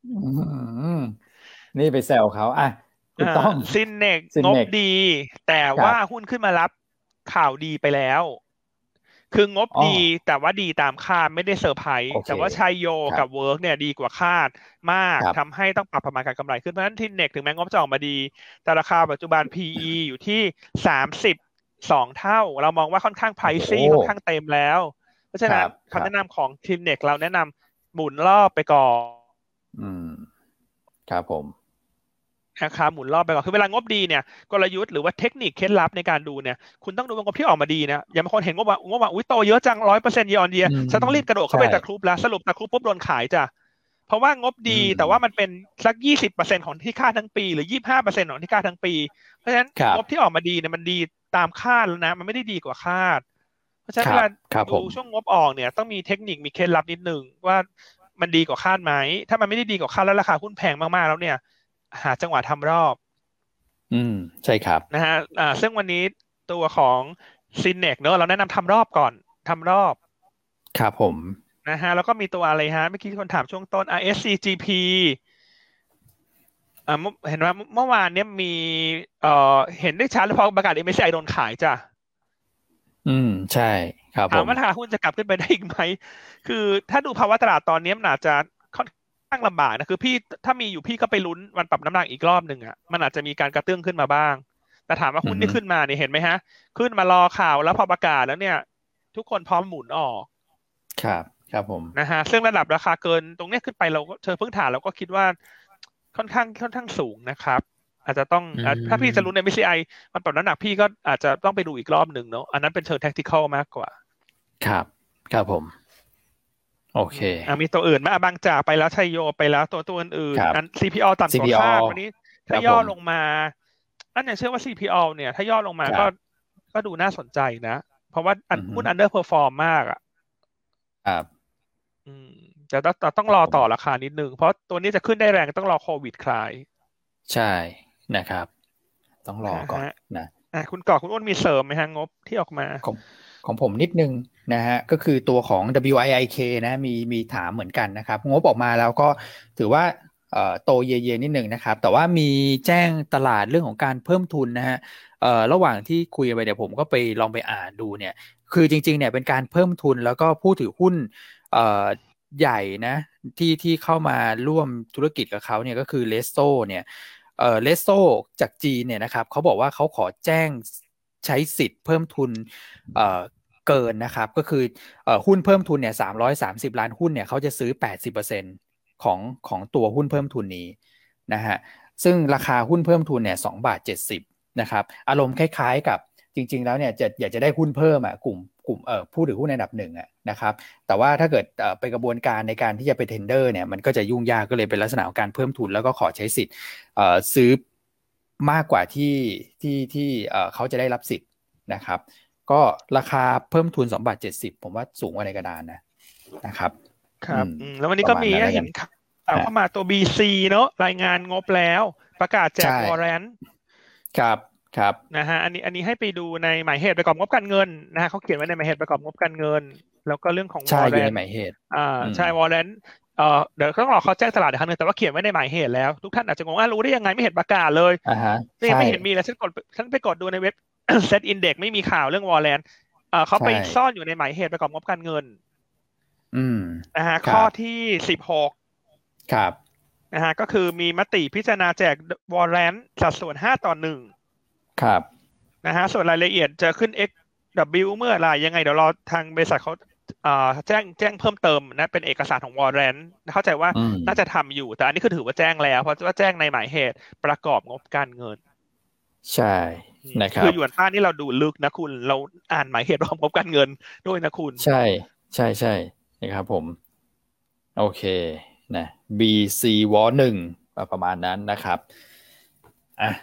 นี่ไปแซวเขาอ่ะคุณต้องซินเนกงบดีแต่ว่าหุ้นขึ้นมารับข่าวดีไปแล้วคืองบดีแต่ว่าดีตามคาดไม่ได้เซอร์ไพรส์แต่ว่าชัยโยกับเวิร์กเนี่ยดีกว่าคาดมากทำให้ต้องปรับประมาณการกำไรขึ้นเพราะฉะนั้นทินเน็กถึงแม้งบจะออกมาดีแต่ราคาปัจจุบัน พี อี อยู่ที่สามสิบสองเท่าเรามองว่าค่อนข้างไพรซี่ค่อนข้างเต็มแล้วเพราะฉะนั้นคำแนะนำของทินเน็กเราแนะนำหมุนรอบไปก่อนอืมครับผมราคาหมุนรอบไปก่อนคือเวลางบดีเนี่ยกลยุทธ์หรือว่าเทคนิคเคล็ดลับในการดูเนี่ยคุณต้องดูว่างบที่ออกมาดีนะอย่าบางคนเห็นงบว่างบว่าอุ้ยโตเยอะจัง ร้อยเปอร์เซ็นต์ year on year ฉันต้องรีบกระโดดเข้าไปตะครุบแล้วสรุปตะครุบปุ๊บโดนขายจ้ะเพราะว่างบดีแต่ว่ามันเป็นสัก ยี่สิบเปอร์เซ็นต์ ของที่คาดทั้งปีหรือ ยี่สิบห้าเปอร์เซ็นต์ ของที่คาดทั้งปีเพราะฉะนั้นงบที่ออกมาดีเนี่ยมันดีตามคาดแล้วนะมันไม่ได้ดีกว่าคาดเพราะฉะนั้นเวลาดูช่วงงบออกเนี่ยต้องมีเทคนิคมีเคล็ดลับนิดนึงว่ามันดีกว่าคาดไหมถ้ามันไม่ได้ดีกว่าคาดแล้วราคาหุ้นแพงมากๆแล้วเนี่ยหาจังหวะทำรอบอืมใช่ครับนะฮะอ่าซึ่งวันนี้ตัวของซินเนกเนอะเราแนะนำทำรอบก่อนทำรอบครับผมนะฮะแล้วก็มีตัวอะไรฮะเมื่อกี้คนถามช่วงต้น อาร์ เอส ซี จี พี อ่าเห็นว่าเมื่อวานเนี้ยมีเอ่อเห็นได้ชัดเลยพอประกาศ เอ็ม เอส ซี ไอ โดนขายจ้ะอืมใช่ครับถามว่าราคาหุ้นจะกลับขึ้นไปได้อีกไหมคือถ้าดูภาวะตลาดตอนนี้มันอาจจะค่อนข้างลำบากนะคือพี่ถ้ามีอยู่พี่ก็ไปลุ้นวันปรับน้ำหนักอีกรอบหนึ่งอ่ะมันอาจจะมีการกระเตื้องขึ้นมาบ้างแต่ถามว่าหุ้นที่ขึ้นมาเนี่ยเห็นไหมฮะขึ้นมารอข่าวแล้วพอประกาศแล้วเนี่ยทุกคนพร้อมหมุนออกครับครับผมนะฮะซึ่งระดับราคาเกินตรงนี้ขึ้นไปเราก็เชิงพื้นฐานเราก็คิดว่าค่อนข้างค่อนข้างสูงนะครับอาจจะต้องถ้าพี่จะรู้ใน เอ็ม เอส ซี ไอ มันปรับน้ำหนักพี่ก็อาจจะต้องไปดูอีกรอบหนึ่งเนาะอันนั้นเป็นเชิง tactical มากกว่าครับครับผมโอเคอ่ะมีตัวอื่นไหมบางจากไปแล้วชัยโยไปแล้วตัวตัวอื่นๆอัน ซี พี โอ ต่ำกว่าคาดวันนี้ถ้าย่อลงมาอันเนี่ยเชื่อว่า ซี พี โอ เนี่ยถ้าย่อลงมาก็ก็ดูน่าสนใจนะเพราะว่าหุ้น underperform มากอ่ะครับอืมแต่ต้องต้องรอต่อราคานิดนึงเพราะตัวนี้จะขึ้นได้แรงต้องรอโควิดคลายใช่นะครับต้องรอก่อนนะอ่ะคุณก่อคุณอ้นมีเสริมไหมฮะงบที่ออกมาของของผมนิดนึงนะฮะก็คือตัวของ ดับเบิลยู ไอ ไอ เค นะมีมีถามเหมือนกันนะครับงบออกมาแล้วก็ถือว่าเอ่อโตเยๆนิดนึงนะครับแต่ว่ามีแจ้งตลาดเรื่องของการเพิ่มทุนนะฮะเอ่อระหว่างที่คุยไปเดี๋ยวผมก็ไปลองไปอ่านดูเนี่ยคือจริงๆเนี่ยเป็นการเพิ่มทุนแล้วก็ผู้ถือหุ้นเอ่อใหญ่นะที่ที่เข้ามาร่วมธุรกิจกับเขาเนี่ยก็คือเลสโซเนี่ยเอ่อเลสโซจากจีนเนี่ยนะครับเขาบอกว่าเขาขอแจ้งใช้สิทธิ์เพิ่มทุนเอ่อเกินนะครับก็คือเอ่อหุ้นเพิ่มทุนเนี่ยสามร้อยสามสิบล้านหุ้นเนี่ยเขาจะซื้อ แปดสิบเปอร์เซ็นต์ ของของตัวหุ้นเพิ่มทุนนี้นะฮะซึ่งราคาหุ้นเพิ่มทุนเนี่ยสองบาทเจ็ดสิบนะครับอารมณ์คล้ายๆกับจริงๆแล้วเนี่ยจะอยากจะได้หุ้นเพิ่มอ่ะกลุ่มกลุ่มเอ่อผู้ถือหุ้นอันดับหนึ่งอ่ะนะครับแต่ว่าถ้าเกิดเอ่อไปกระบวนการในการที่จะไปเทนเดอร์เนี่ยมันก็จะยุ่งยากก็เลยเป็นลักษณะของการเพิ่มทุนแล้วก็ขอใช้สิทธิ์เอ่อซื้อมากกว่าที่ที่ที่เอ่อเขาจะได้รับสิทธิ์นะครับก็ราคาเพิ่มทุนสองบาทเจ็ดสิบผมว่าสูงกว่าในกระดานนะนะครับครับแล้ววันนี้ก็มีเห็นข่าวเข้ามาตัว บี ซี เนอะรายงานงบแล้วประกาศแจกวอร์เรนต์ครับครับนะฮะอันนี้อันนี้ให้ไปดูในหมายเหตุประกอบงบการเงินนะฮะเขาเขียนไว้ในหมายเหตุประกอบงบการเงินแล้วก็เรื่องของวอร์เรนต์ใช่ในหมายเหตุอ่าใช่วอร์เรนต์เอ่อเดี๋ยวต้องรอเขาแจ้งตลาดอีกครั้งนึงแต่ว่าเขียนไว้ในหมายเหตุแล้วทุกท่านอาจจะงงว่ารู้ได้ยังไงไม่เห็นประกาศเลยอ่าฮะไม่เห็นมีแล้วฉันกดฉันไปกดดูในเว็บ Set Index ไม่มีข่าวเรื่องวอร์เรนต์เอ่อเขาไปซ่อนอยู่ในหมายเหตุประกอบงบการเงินอืมนะฮะข้อที่สิบหกครับนะฮะก็คือมีมติพิจารณาแจกวอร์เรนต์สัดส่วนห้าต่อหนึ่งครับนะฮะส่วนรายละเอียดจะขึ้น เอ็กซ์ ดับเบิลยู เมื่อไหร่ยังไงเดี๋ยวรอทางบริษัทเขาอ่าแจ้งแจ้งเพิ่มเติมนะเป็นเอกสารของวอร์เรนต์เข้าใจว่าน่าจะทำอยู่แต่อันนี้คือถือว่าแจ้งแล้วเพราะว่าแจ้งในหมายเหตุประกอบงบการเงินใช่นะครับคือหยวนต้านี่เราดูลึกนะคุณเราอ่านหมายเหตุประกอบงบการเงินด้วยนะคุณใช่ใช่ใช่นะครับผมโอเคนะ บี ซี วอหนึ่งประมาณนั้นนะครับอ่ะ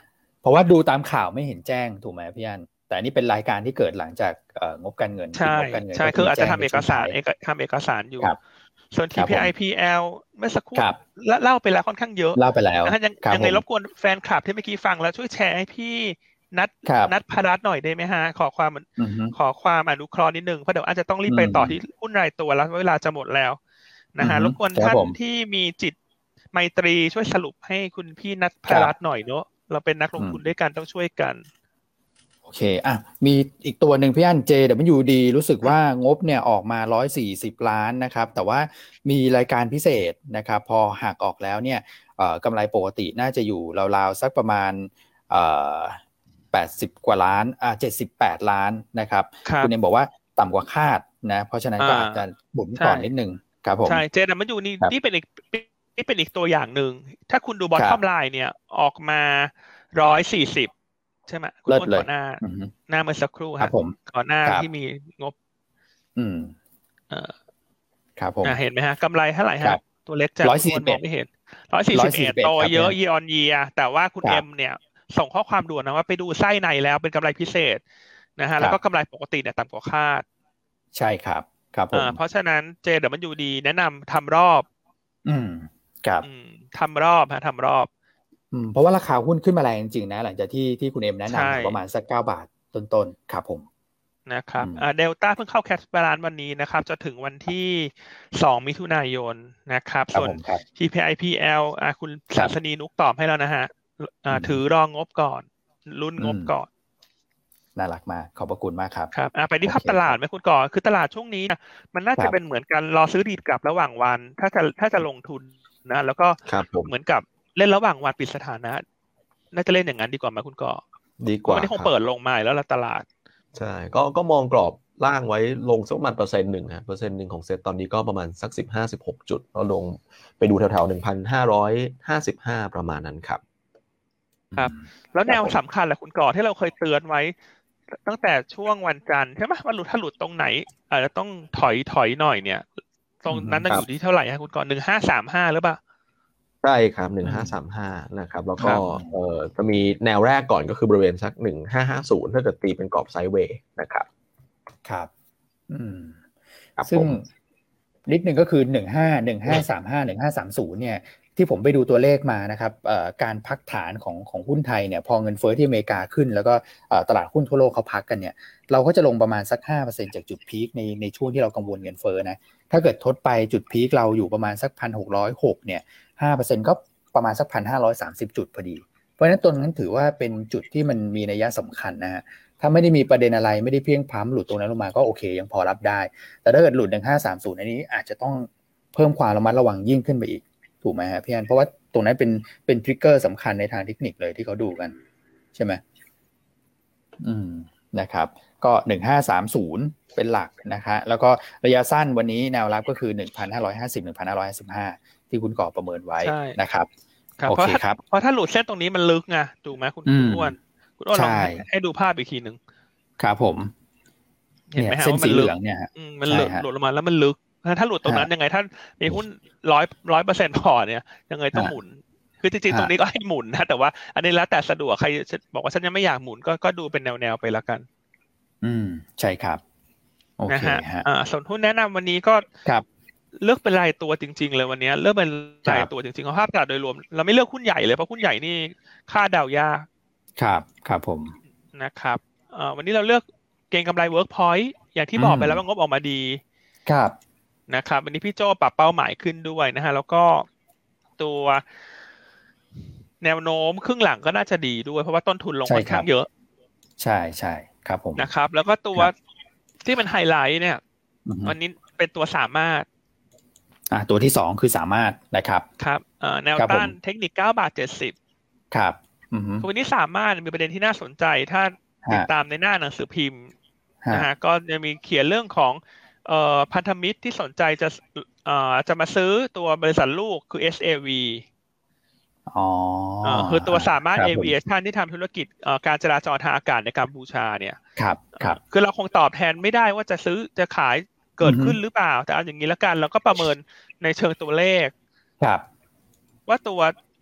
ราะว่าดูตามข่าวไม่เห็นแจ้งถูกไหมพี่อันแต่อันนี้เป็นรายการที่เกิดหลังจากงบการเงินใช่งบการเงินใช่คืออาจจะทำเอกสารทำเอกสารอยู่ส่วน ที พี ไอ พี แอล เมื่อสักครู่เล่าไปแล้วค่อนข้างเยอะเล่าไปแล้วยังยังไงรบกวนแฟนคลับที่เมื่อกี้ฟังแล้วช่วยแชร์ให้พี่นัดนัดพรัตน์หน่อยได้ไหมฮะขอความขอความอนุเคราะห์นิดนึงเพราะเดี๋ยวอาจจะต้องรีบไปต่อที่หุ้นรายตัวแล้วเวลาจะหมดแล้วนะฮะรบกวนท่านที่มีจิตไมตรีช่วยสรุปให้คุณพี่นัทพรัตน์หน่อยเนอะเราเป็นนักลงทุนด้วยกันต้องช่วยกันโอเคอ่ะมีอีกตัวหนึ่งพี่อัน เจ ดับเบิลยู ดี รู้สึกว่างบเนี่ยออกมาหนึ่งร้อยสี่สิบล้านนะครับแต่ว่ามีรายการพิเศษนะครับพอหักออกแล้วเนี่ยเอ่อกำไรปกติน่าจะอยู่ราวๆสักประมาณเอ่อแปดสิบกว่าล้านอ่าเจ็ดสิบแปดล้านนะครับคุณเอ็มบอกว่าต่ำกว่าคาดนะเพราะฉะนั้นก็อาจจะบุนก่อนนิดนึงครับผมใช่ เจ ดับเบิลยู นี่นี่เป็นอีกนี่เป็นอีกตัวอย่างหนึ่งถ้าคุณดูบอททอมไลน์เนี่ยออกมาหนึ่งร้อยสี่สิบใช่ไหมคุณต้นก่อนหน้าหน้าเมื่อสักครู่ครับก่อนหน้าที่มีงบอืมเออครับผมเห็นไหมฮะกำไรเท่าไหร่ครับตัวเล็กจากคนมองไม่เห็นหนึ่งร้อยสี่สิบเอ็ดโตเยอะ year on year แต่ว่าคุณเอ็มเนี่ยส่งข้อความด่วนนะว่าไปดูไส้ในแล้วเป็นกำไรพิเศษนะฮะแล้วก็กำไรปกติเนี่ยต่ำกว่าคาดใช่ครับครับผมเพราะฉะนั้น เจ ดับเบิลยู ดี แนะนำทำรอบอืมครับทำรอบฮะทำรอบอืมเพราะว่าราคาหุ้นขึ้นมาแรงจริงๆนะหลังจากที่ที่คุณเอ็มแนะนำประมาณสักเก้าบาทต้นๆครับผมนะครับอ่าเดลต้าเพิ่งเข้าแคชบาลานซ์วันนี้นะครับจะถึงวันที่สองมิถุนายนนะครับส่วน ที พี ไอ พี แอล อ่าคุณศาสนีนุกตอบให้แล้วนะฮะอ่าถือรองงบก่อนลุ้นงบก่อนน่ารักมากขอบพระคุณมากครับครับอ่าไปที่ภาพตลาดไหมคุณก่อคือตลาดช่วงนี้มันน่าจะเป็นเหมือนกันรอซื้อดีดกลับระหว่างวันถ้าจะถ้าจะลงทุนนะแล้วก็เหมือนกับเล่นระหว่างวันปิดสถานะน่าจะเล่นอย่างนั้นดีกว่าไหมคุณก่อดีกว่าวันนี้คงเปิดลงมาแล้วละตลาดใช่ก็ก็มองกรอบล่างไว้ลงสักประมาณเปอร์เซ็นต์หนึ่งฮะเปอร์เซ็นต์หนึ่งของเซ็ตตอนนี้ก็ประมาณสักสิบห้าสิบหกจุดแล้วลงไปดูแถวๆหนึ่งพันห้าร้อยห้าสิบห้าประมาณนั้นครับครับแล้วแนวสำคัญแหละคุณก่อที่เราเคยเตือนไว้ตั้งแต่ช่วงวันจันทร์ใช่ไหมว่าหลุดถ้าหลุดตรงไหนอาจจะต้องถอยถอยหน่อยเนี่ยตรงนั้นอยู่ที่เท่าไหร่ฮะคุณก่อหนึ่งห้าสามห้าหรือเปล่าใช่ครับหนึ่งห้าสามห้านะครับแล้วก็เอ่อจะมีแนวแรกก่อนก็คือบริเวณสักหนึ่งห้าห้าศูนย์ถ้าเกิดตีเป็นกรอบไซด์เวย์นะครับครับอืมซึ่งนิดนึงก็คือหนึ่งห้า หนึ่งห้าสามห้า หนึ่งห้าสามศูนย์เนี่ยที่ผมไปดูตัวเลขมานะครับเอ่อการพักฐานของของหุ้นไทยเนี่ยพอเงินเฟ้อที่อเมริกาขึ้นแล้วก็เอ่อตลาดหุ้นทั่วโลกเขาพักกันเนี่ยเราก็จะลงประมาณสัก ห้าเปอร์เซ็นต์ จากจุดพีคในในช่วงที่เรากังวลเงินเฟ้อนะถ้าเกิดทดไปจุดพีคเราอยู่ประมาณสัก หนึ่งพันหกร้อยหก เนี่ย ห้าเปอร์เซ็นต์ ก็ประมาณสัก หนึ่งพันห้าร้อยสามสิบ จุดพอดีเพราะฉะนั้นตัวนั้นถือว่าเป็นจุดที่มันมีนัยสำคัญนะฮะถ้าไม่ได้มีประเด็นอะไรไม่ได้เพียงพล้ำหลุดตรงนั้นลงมาก็โอเคยังพอรับได้แต่ถ้าเกิดหลุดหนึ่งห้าสามศูนย์อันนี้อาจจะต้องเพิ่มความระมัดระวังยิ่งขึ้นไปอีกถูกไหมฮะพี่อันเพราะว่าตรงนั้นเป็นเป็นทริกเกอร์สำคัญในทางเทคนิคเลยที่เขาดูกันใช่ไหมอืมนะครับก็หนึ่งห้าสามศูนย์เป็นหลักนะคะแล้วก็ระยะสั้นวันนี้แนวรับก็คือ หนึ่งพันห้าร้อยห้าสิบ หนึ่งพันห้าร้อยห้าสิบห้า ที่คุณก่อประเมินไว้นะครับโอเคครับเพราะถ้าหลุดเส้นตรงนี้มันลึกไงถูกไหมคุณอ้วนคุณอ้วนลองให้ดูภาพอีกทีนึงครับผมเห็นไหมฮะเส้นสีเหลืองเนี่ยมันหลุดหลุดลงมาแล้วมันลึกถ้าหลุดตรงนั้นยังไงถ้ามีหุ้นร้อยร้อยเปอร์เซ็นต์พอเนี่ยยังไงต้องหมุนคือจริงๆตรงนี้ก็ให้หมุนนะแต่ว่าอันนี้แล้วแต่สะดวกใครบอกว่าฉันยังไม่อยากหมุนก็ก็ดูเป็นแนวๆไปละกันอืมใช่ครับโอเคฮะอ่าส่วนหุ้นแนะนำวันนี้ก็ครับเลือกเป็นรายตัวจริงๆเลยวันนี้เลือกเป็นรายตัวจริงๆเพราะภาพตลาดโดยรวมเราไม่เลือกหุ้นใหญ่เลยเพราะหุ้นใหญ่นี่ค่าเดายากครับครับผมนะครับอ่าวันนี้เราเลือกเก็งกำไร Workpoint อย่างที่บอกไปแล้วว่างบออกมาดีครับนะครับวันนี้พี่โจ้ปรับเป้าหมายขึ้นด้วยนะฮะแล้วก็ตัวแนวโน้มครึ่งหลังก็น่าจะดีด้วยเพราะว่าต้นทุนลงค่อนข้างเยอะใช่ใช่ครับผมนะครับแล้วก็ตัวที่เป็นไฮไลท์เนี่ยวันนี้เป็นตัวสามารถอ่าตัวที่สองคือสามารถนะครับครับเอ่อแนวต้านเทคนิคเก้าบาทเจ็ดสิบครับอือฮึวันนี้สามารถมีประเด็นที่น่าสนใจถ้าติดตามในหน้าหนังสือพิมพ์นะฮะก็จะมีเขียนเรื่องของเอ่อพันธมิตรที่สนใจจะเอ่อจะมาซื้อตัวบริษัทลูกคือ เอส เอ วีอ๋อคือตัวสามารถ Aviation ที่ทำธุรกิจการจราจรทางอากาศในกัมพูชาเนี่ยครับครับคือเราคงตอบแทนไม่ได้ว่าจะซื้อจะขายเกิดขึ้นหรือเปล่าแต่เอาอย่างนี้ละกันเราก็ประเมินในเชิงตัวเลขครับว่าตัว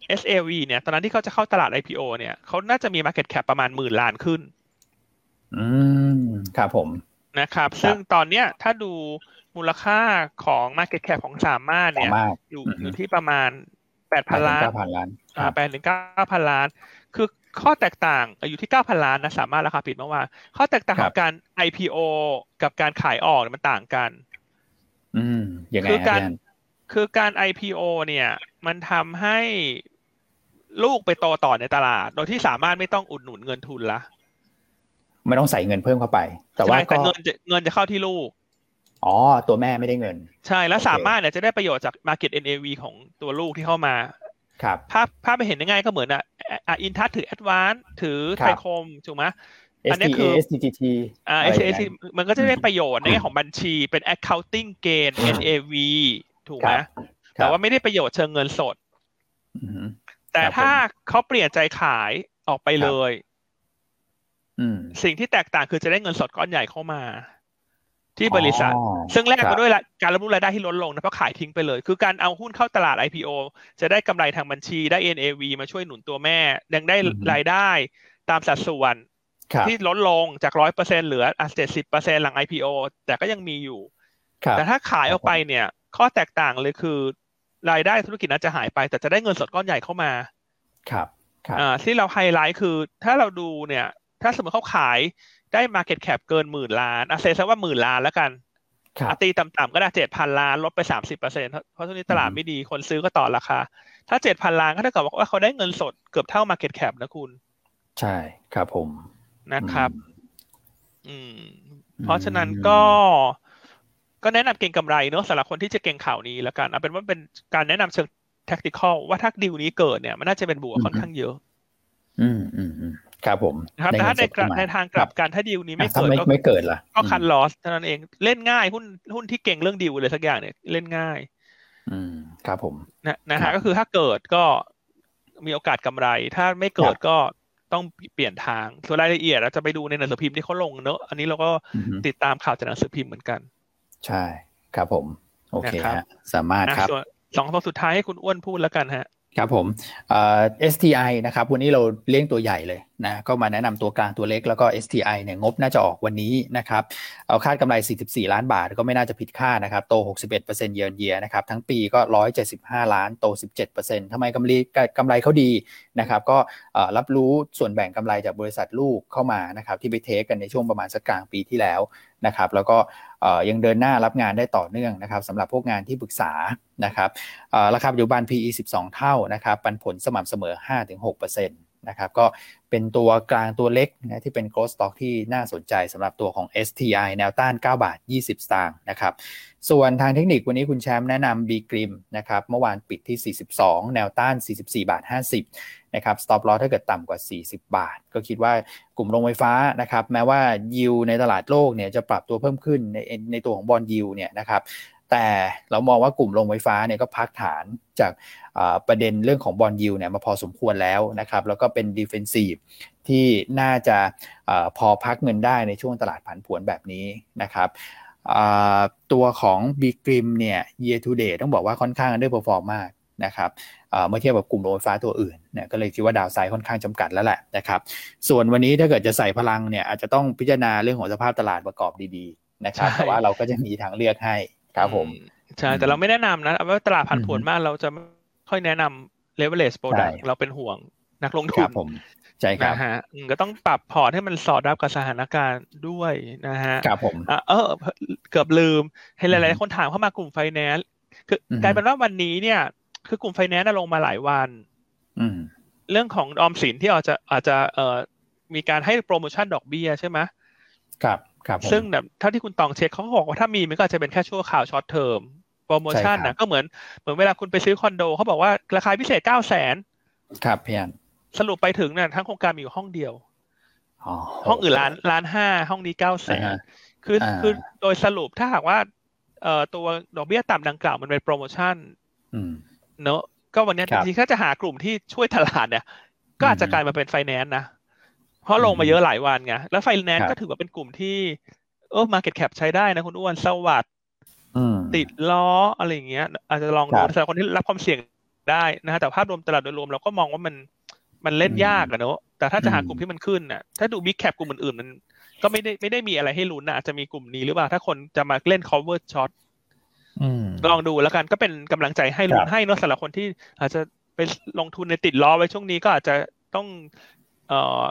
เอส เอ วี เนี่ยตอนนั้นที่เขาจะเข้าตลาด ไอ พี โอ เนี่ยเขาน่าจะมี market cap ประมาณหมื่นล้านขึ้นอืมครับผมนะครับซึ่งตอนเนี้ยถ้าดูมูลค่าของ market cap ของสามารถเนี่ยอยู่อยู่ที่ประมาณ แปดพัน ล้านเก้าพัน ล้านอ่า แปดถึงเก้าพัน ล้านคือข้อแตกต่างอยู่ที่ เก้าพัน ล้านนะสามารถราคาปิดเมื่อวานข้อแตกต่างของการ ไอ พี โอ กับการขายออกมันต่างกันอืมยังไงคือการคือการ ไอ พี โอ เนี่ยมันทำให้ลูกไปโตต่อในตลาดโดยที่สามารถไม่ต้องอุดหนุนเงินทุนละไม่ต้องใส่เงินเพิ่มเข้าไปแต่ว่าก็เงินเงินจะเข้าที่ลูกอ๋อตัวแม่ไม่ได้เงินใช่แล้วสามารถเนี่ยจะได้ประโยชน์จาก market เอ็น เอ วี ของตัวลูกที่เข้ามาครับภาพภาพไปเห็นง่ายก็เหมือนอ่ะอ่ะอินทัชถือ Advance ถือไทยคมถูกไหมอันนี้คือ เอส ที จี ทีอ่า เอส ที จี ที มันก็จะได้ประโยชน์ในแง่ของบัญชีเป็น accounting gain เอ็น เอ วี ถูกไหมแต่ว่าไม่ได้ประโยชน์เชิงเงินสดแต่ถ้าเขาเปลี่ยนใจขายออกไปเลยสิ่งที่แตกต่างคือจะได้เงินสดก้อนใหญ่เข้ามาที่บริษัทซึ่งแลกมาด้วยการรับรู้รายได้ที่ลดลงนะเพราะขายทิ้งไปเลยคือการเอาหุ้นเข้าตลาด ไอ พี โอ จะได้กำไรทางบัญชีได้ เอ็น เอ วี มาช่วยหนุนตัวแม่ยังได้รายได้ตามสัดส่วนที่ลดลงจาก หนึ่งร้อยเปอร์เซ็นต์ เหลือ เจ็ดสิบเปอร์เซ็นต์ หลัง ไอ พี โอ แต่ก็ยังมีอยู่แต่ถ้าขายออกไปเนี่ยข้อแตกต่างเลยคือรายได้ธุรกิจนั้นจะหายไปแต่จะได้เงินสดก้อนใหญ่เข้ามาครับอ่าที่เราไฮไลท์คือถ้าเราดูเนี่ยถ้าสมมติเขาขายได้ market cap เกินหมื่นล้านอ่ะเซซะว่าหมื่นล้านแล้วกันตีต่ำๆก็ได้ เจ็ดพัน ล้านลดไป สามสิบเปอร์เซ็นต์ เพราะช่วงนี้ตลาดไม่ดีคนซื้อก็ต่อราคาถ้า เจ็ดพัน ล้านก็เท่ากับว่าเขาได้เงินสดเกือบเท่า market cap นะคุณใช่ครับผมนะครับอืมเพราะฉะนั้นก็ก็แนะนำเก็งกำไรเนอะสำหรับคนที่จะเก็งข่าวนี้แล้วกันเอาเป็นว่าเป็นการแนะนำเชิง tactical ว่าถ้าดีลนี้เกิดเนี่ยมันน่าจะเป็นบวกค่อนข้างเยอะอืมอืมอืมครับผมนะครับแต่ถ้าในในทางกลับกันถ้าดีลนี้ไม่เกิดไม่เกิดล่ะก็คันลอสเท่านั้นเองเล่นง่ายหุ้นหุ้นที่เก่งเรื่องดีลเลยสักอย่างเนี่ยเล่นง่ายอืมครับผมนะนะฮะก็คือถ้าเกิดก็มีโอกาสกำไรถ้าไม่เกิดก็ต้องเปลี่ยนทางส่วนรายละเอียดเราจะไปดูในหนังสือพิมพ์ที่เขาลงเนอะอันนี้เราก็ติดตามข่าวจากหนังสือพิมพ์เหมือนกันใช่ครับผมโอเคฮะสามารถครับสองตัวสุดท้ายให้คุณอ้วนพูดแล้วกันฮะครับผมเอ่อ เอส ที ไอ นะครับวันนี้เราเลี้ยงตัวใหญ่เลยนะก็มาแนะนำตัวกลางตัวเล็กแล้วก็ เอส ที ไอ เนี่ยงบน่าจะออกวันนี้นะครับเอาคาดกำไรสี่สิบสี่ล้านบาทก็ไม่น่าจะผิดคาดนะครับโต หกสิบเอ็ดเปอร์เซ็นต์ year on year นะครับทั้งปีก็หนึ่งร้อยเจ็ดสิบห้าล้านโต สิบเจ็ดเปอร์เซ็นต์ ทำไมกำไรกำไรเขาดีนะครับก็รับรู้ส่วนแบ่งกำไรจากบริษัทลูกเข้ามานะครับที่ไปเทคกันในช่วงประมาณสักกลางปีที่แล้วนะครับแล้วก็ยังเดินหน้ารับงานได้ต่อเนื่องนะครับสำหรับพวกงานที่ปรึกษานะครับราคาปัจจุบัน พี อี สิบสองเท่านะครับปันผลสม่ำเสมอ ห้าถึงหกเปอร์เซ็นต์ นะครับก็เป็นตัวกลางตัวเล็กนะที่เป็น growth stock ที่น่าสนใจสำหรับตัวของ เอส ที ไอ แนวต้านเก้าบาทยี่สิบสตางค์นะครับส่วนทางเทคนิควันนี้คุณแชมป์แนะนำ B กริมนะครับเมื่อวานปิดที่สี่สิบสองแนวต้านสี่สิบสี่บาทห้าสิบนะครับ stop loss ถ้าเกิดต่ำกว่าสี่สิบบาทก็คิดว่ากลุ่มโรงไฟฟ้านะครับแม้ว่า yield ในตลาดโลกเนี่ยจะปรับตัวเพิ่มขึ้นในในตัวของ bond yield เนี่ยนะครับแต่เรามองว่ากลุ่มโรงไฟฟ้าเนี่ยก็พักฐานจากประเด็นเรื่องของ bond yield เนี่ยมาพอสมควรแล้วนะครับแล้วก็เป็น defensive ที่น่าจะพอพักเงินได้ในช่วงตลาดผันผวนแบบนี้นะครับตัวของ B กริมเนี่ย year to date ต้องบอกว่าค่อนข้าง underperform มากนะครับเมื่อเทียบกับกลุ่มโรงไฟฟ้าตัวอื่นเนี่ยก็เลยคิดว่าดาวไซด์ค่อนข้างจำกัดแล้วแหละนะครับส่วนวันนี้ถ้าเกิดจะใส่พลังเนี่ยอาจจะต้องพิจารณาเรื่องของสภาพตลาดประกอบดีๆนะครับแต่ว่าเราก็จะมีทางเลือกให้ครับผมใช่แต่เราไม่แนะนำนะว่าตลาดผันผวนมากเราจะไม่ค่อยแนะนำ leverage product เราเป็นห่วงนักลงทุนผมใช่ครับนะฮะก็ต้องปรับพอร์ตให้มันสอดรับกับสถานการณ์ด้วยนะฮะครับผมเออเกือบลืมให้หลายๆคนถามเข้ามากลุ่มไฟแนนซ์คือกลายเป็นว่าวันนี้เนี่ยคือกลุ่มไฟแนนซ์ลงมาหลายวันเรื่องของออมสินที่อาจจะอาจจะเอ่อมีการให้โปรโมชั่นดอกเบี้ยใช่ไหมครับครับซึ่งแบบเท่าที่คุณตองเช็คเขาบอกว่าถ้ามีมันก็อาจจะเป็นแค่ชั่วคราวช็อตเทอมโปรโมชั่นนะก็เหมือนเหมือนเวลาคุณไปซื้อคอนโดเขาบอกว่าราคาพิเศษเก้าแสนครับเพียงสรุปไปถึงเนี่ยทั้งโครงการมีอยู่ห้องเดียวห้องอื่นล้านล้านห้าห้องนี้เก้าแสนคือคือโดยสรุปถ้าหากว่าเอ่อตัวดอกเบี้ยต่ำดังกล่าวมันเป็นโปรโมชั่นเนอะก็วันนี้จริงๆถ้าจะหากลุ่มที่ช่วยตลาดเนี่ยก็อาจจะกลายมาเป็นไฟแนนซ์นะเพราะลงมาเยอะหลายวันไงแล้วไฟแนนซ์ก็ถือว่าเป็นกลุ่มที่เออ market cap ใช้ได้นะคุณอ้วนสวัสดิ์ติดล้ออะไรอย่างเงี้ยอาจจะลองดูสำหรับคนที่รับความเสี่ยงได้นะฮะแต่ภาพรวมตลาดโดยรวมเราก็มองว่ามันมันเล่นยากอะเนอะแต่ถ้าจะหากลุ่มที่มันขึ้นน่ะถ้าดู Big Cap กลุ่มอื่นๆมันก็ไม่ได้ไม่ได้มีอะไรให้ลุ้นนะอาจจะมีกลุ่มนี้หรือเปล่าถ้าคนจะมาเล่น cover short ลองดูแล้วกันก็เป็นกำลังใจให้ลุ้นให้เนอะสำหรับคนที่อาจจะไปลงทุนในติดล้อไว้ช่วงนี้ก็อาจจะต้องเอ่อ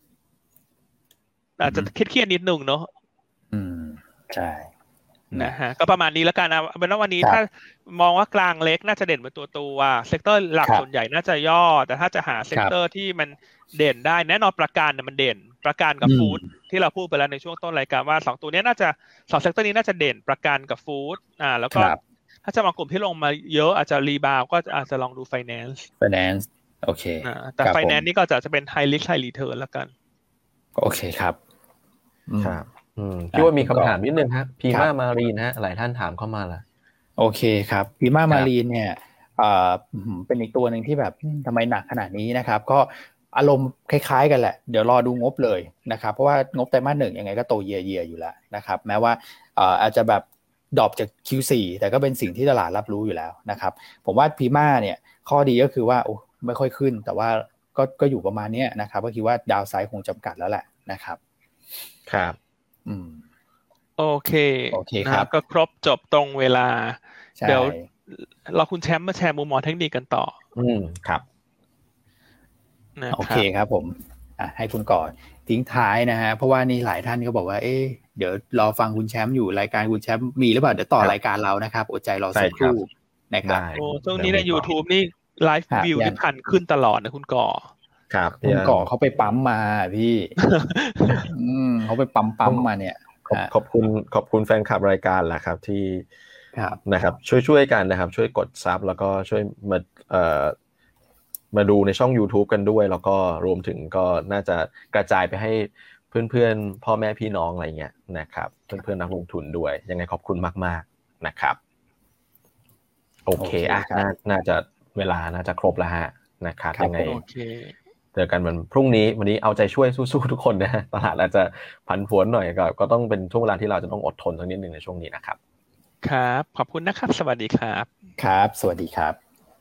อาจจะเครียดๆนิดนึงเนอะอืมใช่นะฮะก็ประมาณนี้แล้วกันนะเป็นว่าวันนี้ถ้ามองว่ากลางเล็กน่าจะเด่นเป็นตัวตัวเซกเตอร์หลักส่วนใหญ่น่าจะย่อแต่ถ้าจะหาเซกเตอร์ที่มันเด่นได้แน่นอนประกันเนี่ยมันเด่นประกันกับฟู้ดที่เราพูดไปแล้วในช่วงต้นรายการว่าสองตัวนี้น่าจะสองเซกเตอร์นี้น่าจะเด่นประกันกับฟู้ดอ่าแล้วก็ถ้าจะมองกลุ่มที่ลงมาเยอะอาจจะรีบาวก็อาจจะลองดู finance finance โอเคแต่ finance นี่ก็จะจะเป็น high risk high return แล้วกันโอเคครับครับอืมพี่ว่ามีคำถามนิดนึงครับพีม่ามารีนฮะหลายท่านถามเข้ามาละโอเคครับพีม่ามารีนเนี่ยอ่าเป็นอีกตัวหนึ่งที่แบบทำไมหนักขนาดนี้นะครับก็อารมณ์คล้ายๆกันแหละเดี๋ยวรอดูงบเลยนะครับเพราะว่างบไตรมาสหนึ่งยังไงก็โตเยียเยียอยู่แล้วนะครับแม้ว่าอ่าอาจจะแบบดรอปจาก คิว โฟร์ แต่ก็เป็นสิ่งที่ตลาดรับรู้อยู่แล้วนะครับผมว่าพีม่าเนี่ยข้อดีก็คือว่าโอ้ไม่ค่อยขึ้นแต่ว่าก็ก็อยู่ประมาณนี้นะครับก็คิดว่าดาวไซด์คงจำกัดแล้วแหละนะครับครับอืมโอเคโอเคครับก็ครบจบตรงเวลาเดี๋ยวเราคุณแชมป์มาแชร์มุมมองเทคนิคกันต่ออืมครับโอเคครับผมอ่ะให้คุณก่อนทิ้งท้ายนะฮะเพราะว่านี่หลายท่านก็บอกว่าเอ๊ะเดี๋ยวรอฟังคุณแชมป์อยู่รายการคุณแชมป์มีหรือเปล่าเดี๋ยวต่อรายการเรานะครับอดใจรอสักครู่นะครับโอ้ช่วงนี้ใน YouTube นี่ไลฟ์วิวที่พันขึ้นตลอดนะคุณก่อครับคุณก่อเขาไปปั๊มมาพี่อืมเขาไปปั๊มปั๊มมาเนี่ยขอบคุณขอบคุณแฟนคลับรายการแหละครับที่นะครับช่วยๆกันนะครับช่วยกดซับแล้วก็ช่วยมาเอ่อมาดูในช่อง YouTube กันด้วยแล้วก็รวมถึงก็น่าจะกระจายไปให้เพื่อนๆพ่อแม่พี่น้องอะไรเงี้ยนะครับเพื่อนๆนักลงทุนด้วยยังไงขอบคุณมากๆนะครับโอเคอ่ะน่าจะเวลาน่าจะครบแล้วฮะนะครับยังไงเจอกันวันพรุ่งนี้วันนี้เอาใจช่วยสู้ๆทุกคนนะตลาดอาจจะผันผวนหน่อยก็ก็ต้องเป็นช่วงเวลาที่เราจะต้องอดทนสักนิดนึงในช่วงนี้นะครับครับขอบคุณนะครับสวัสดีครับครับสวัสดีครับ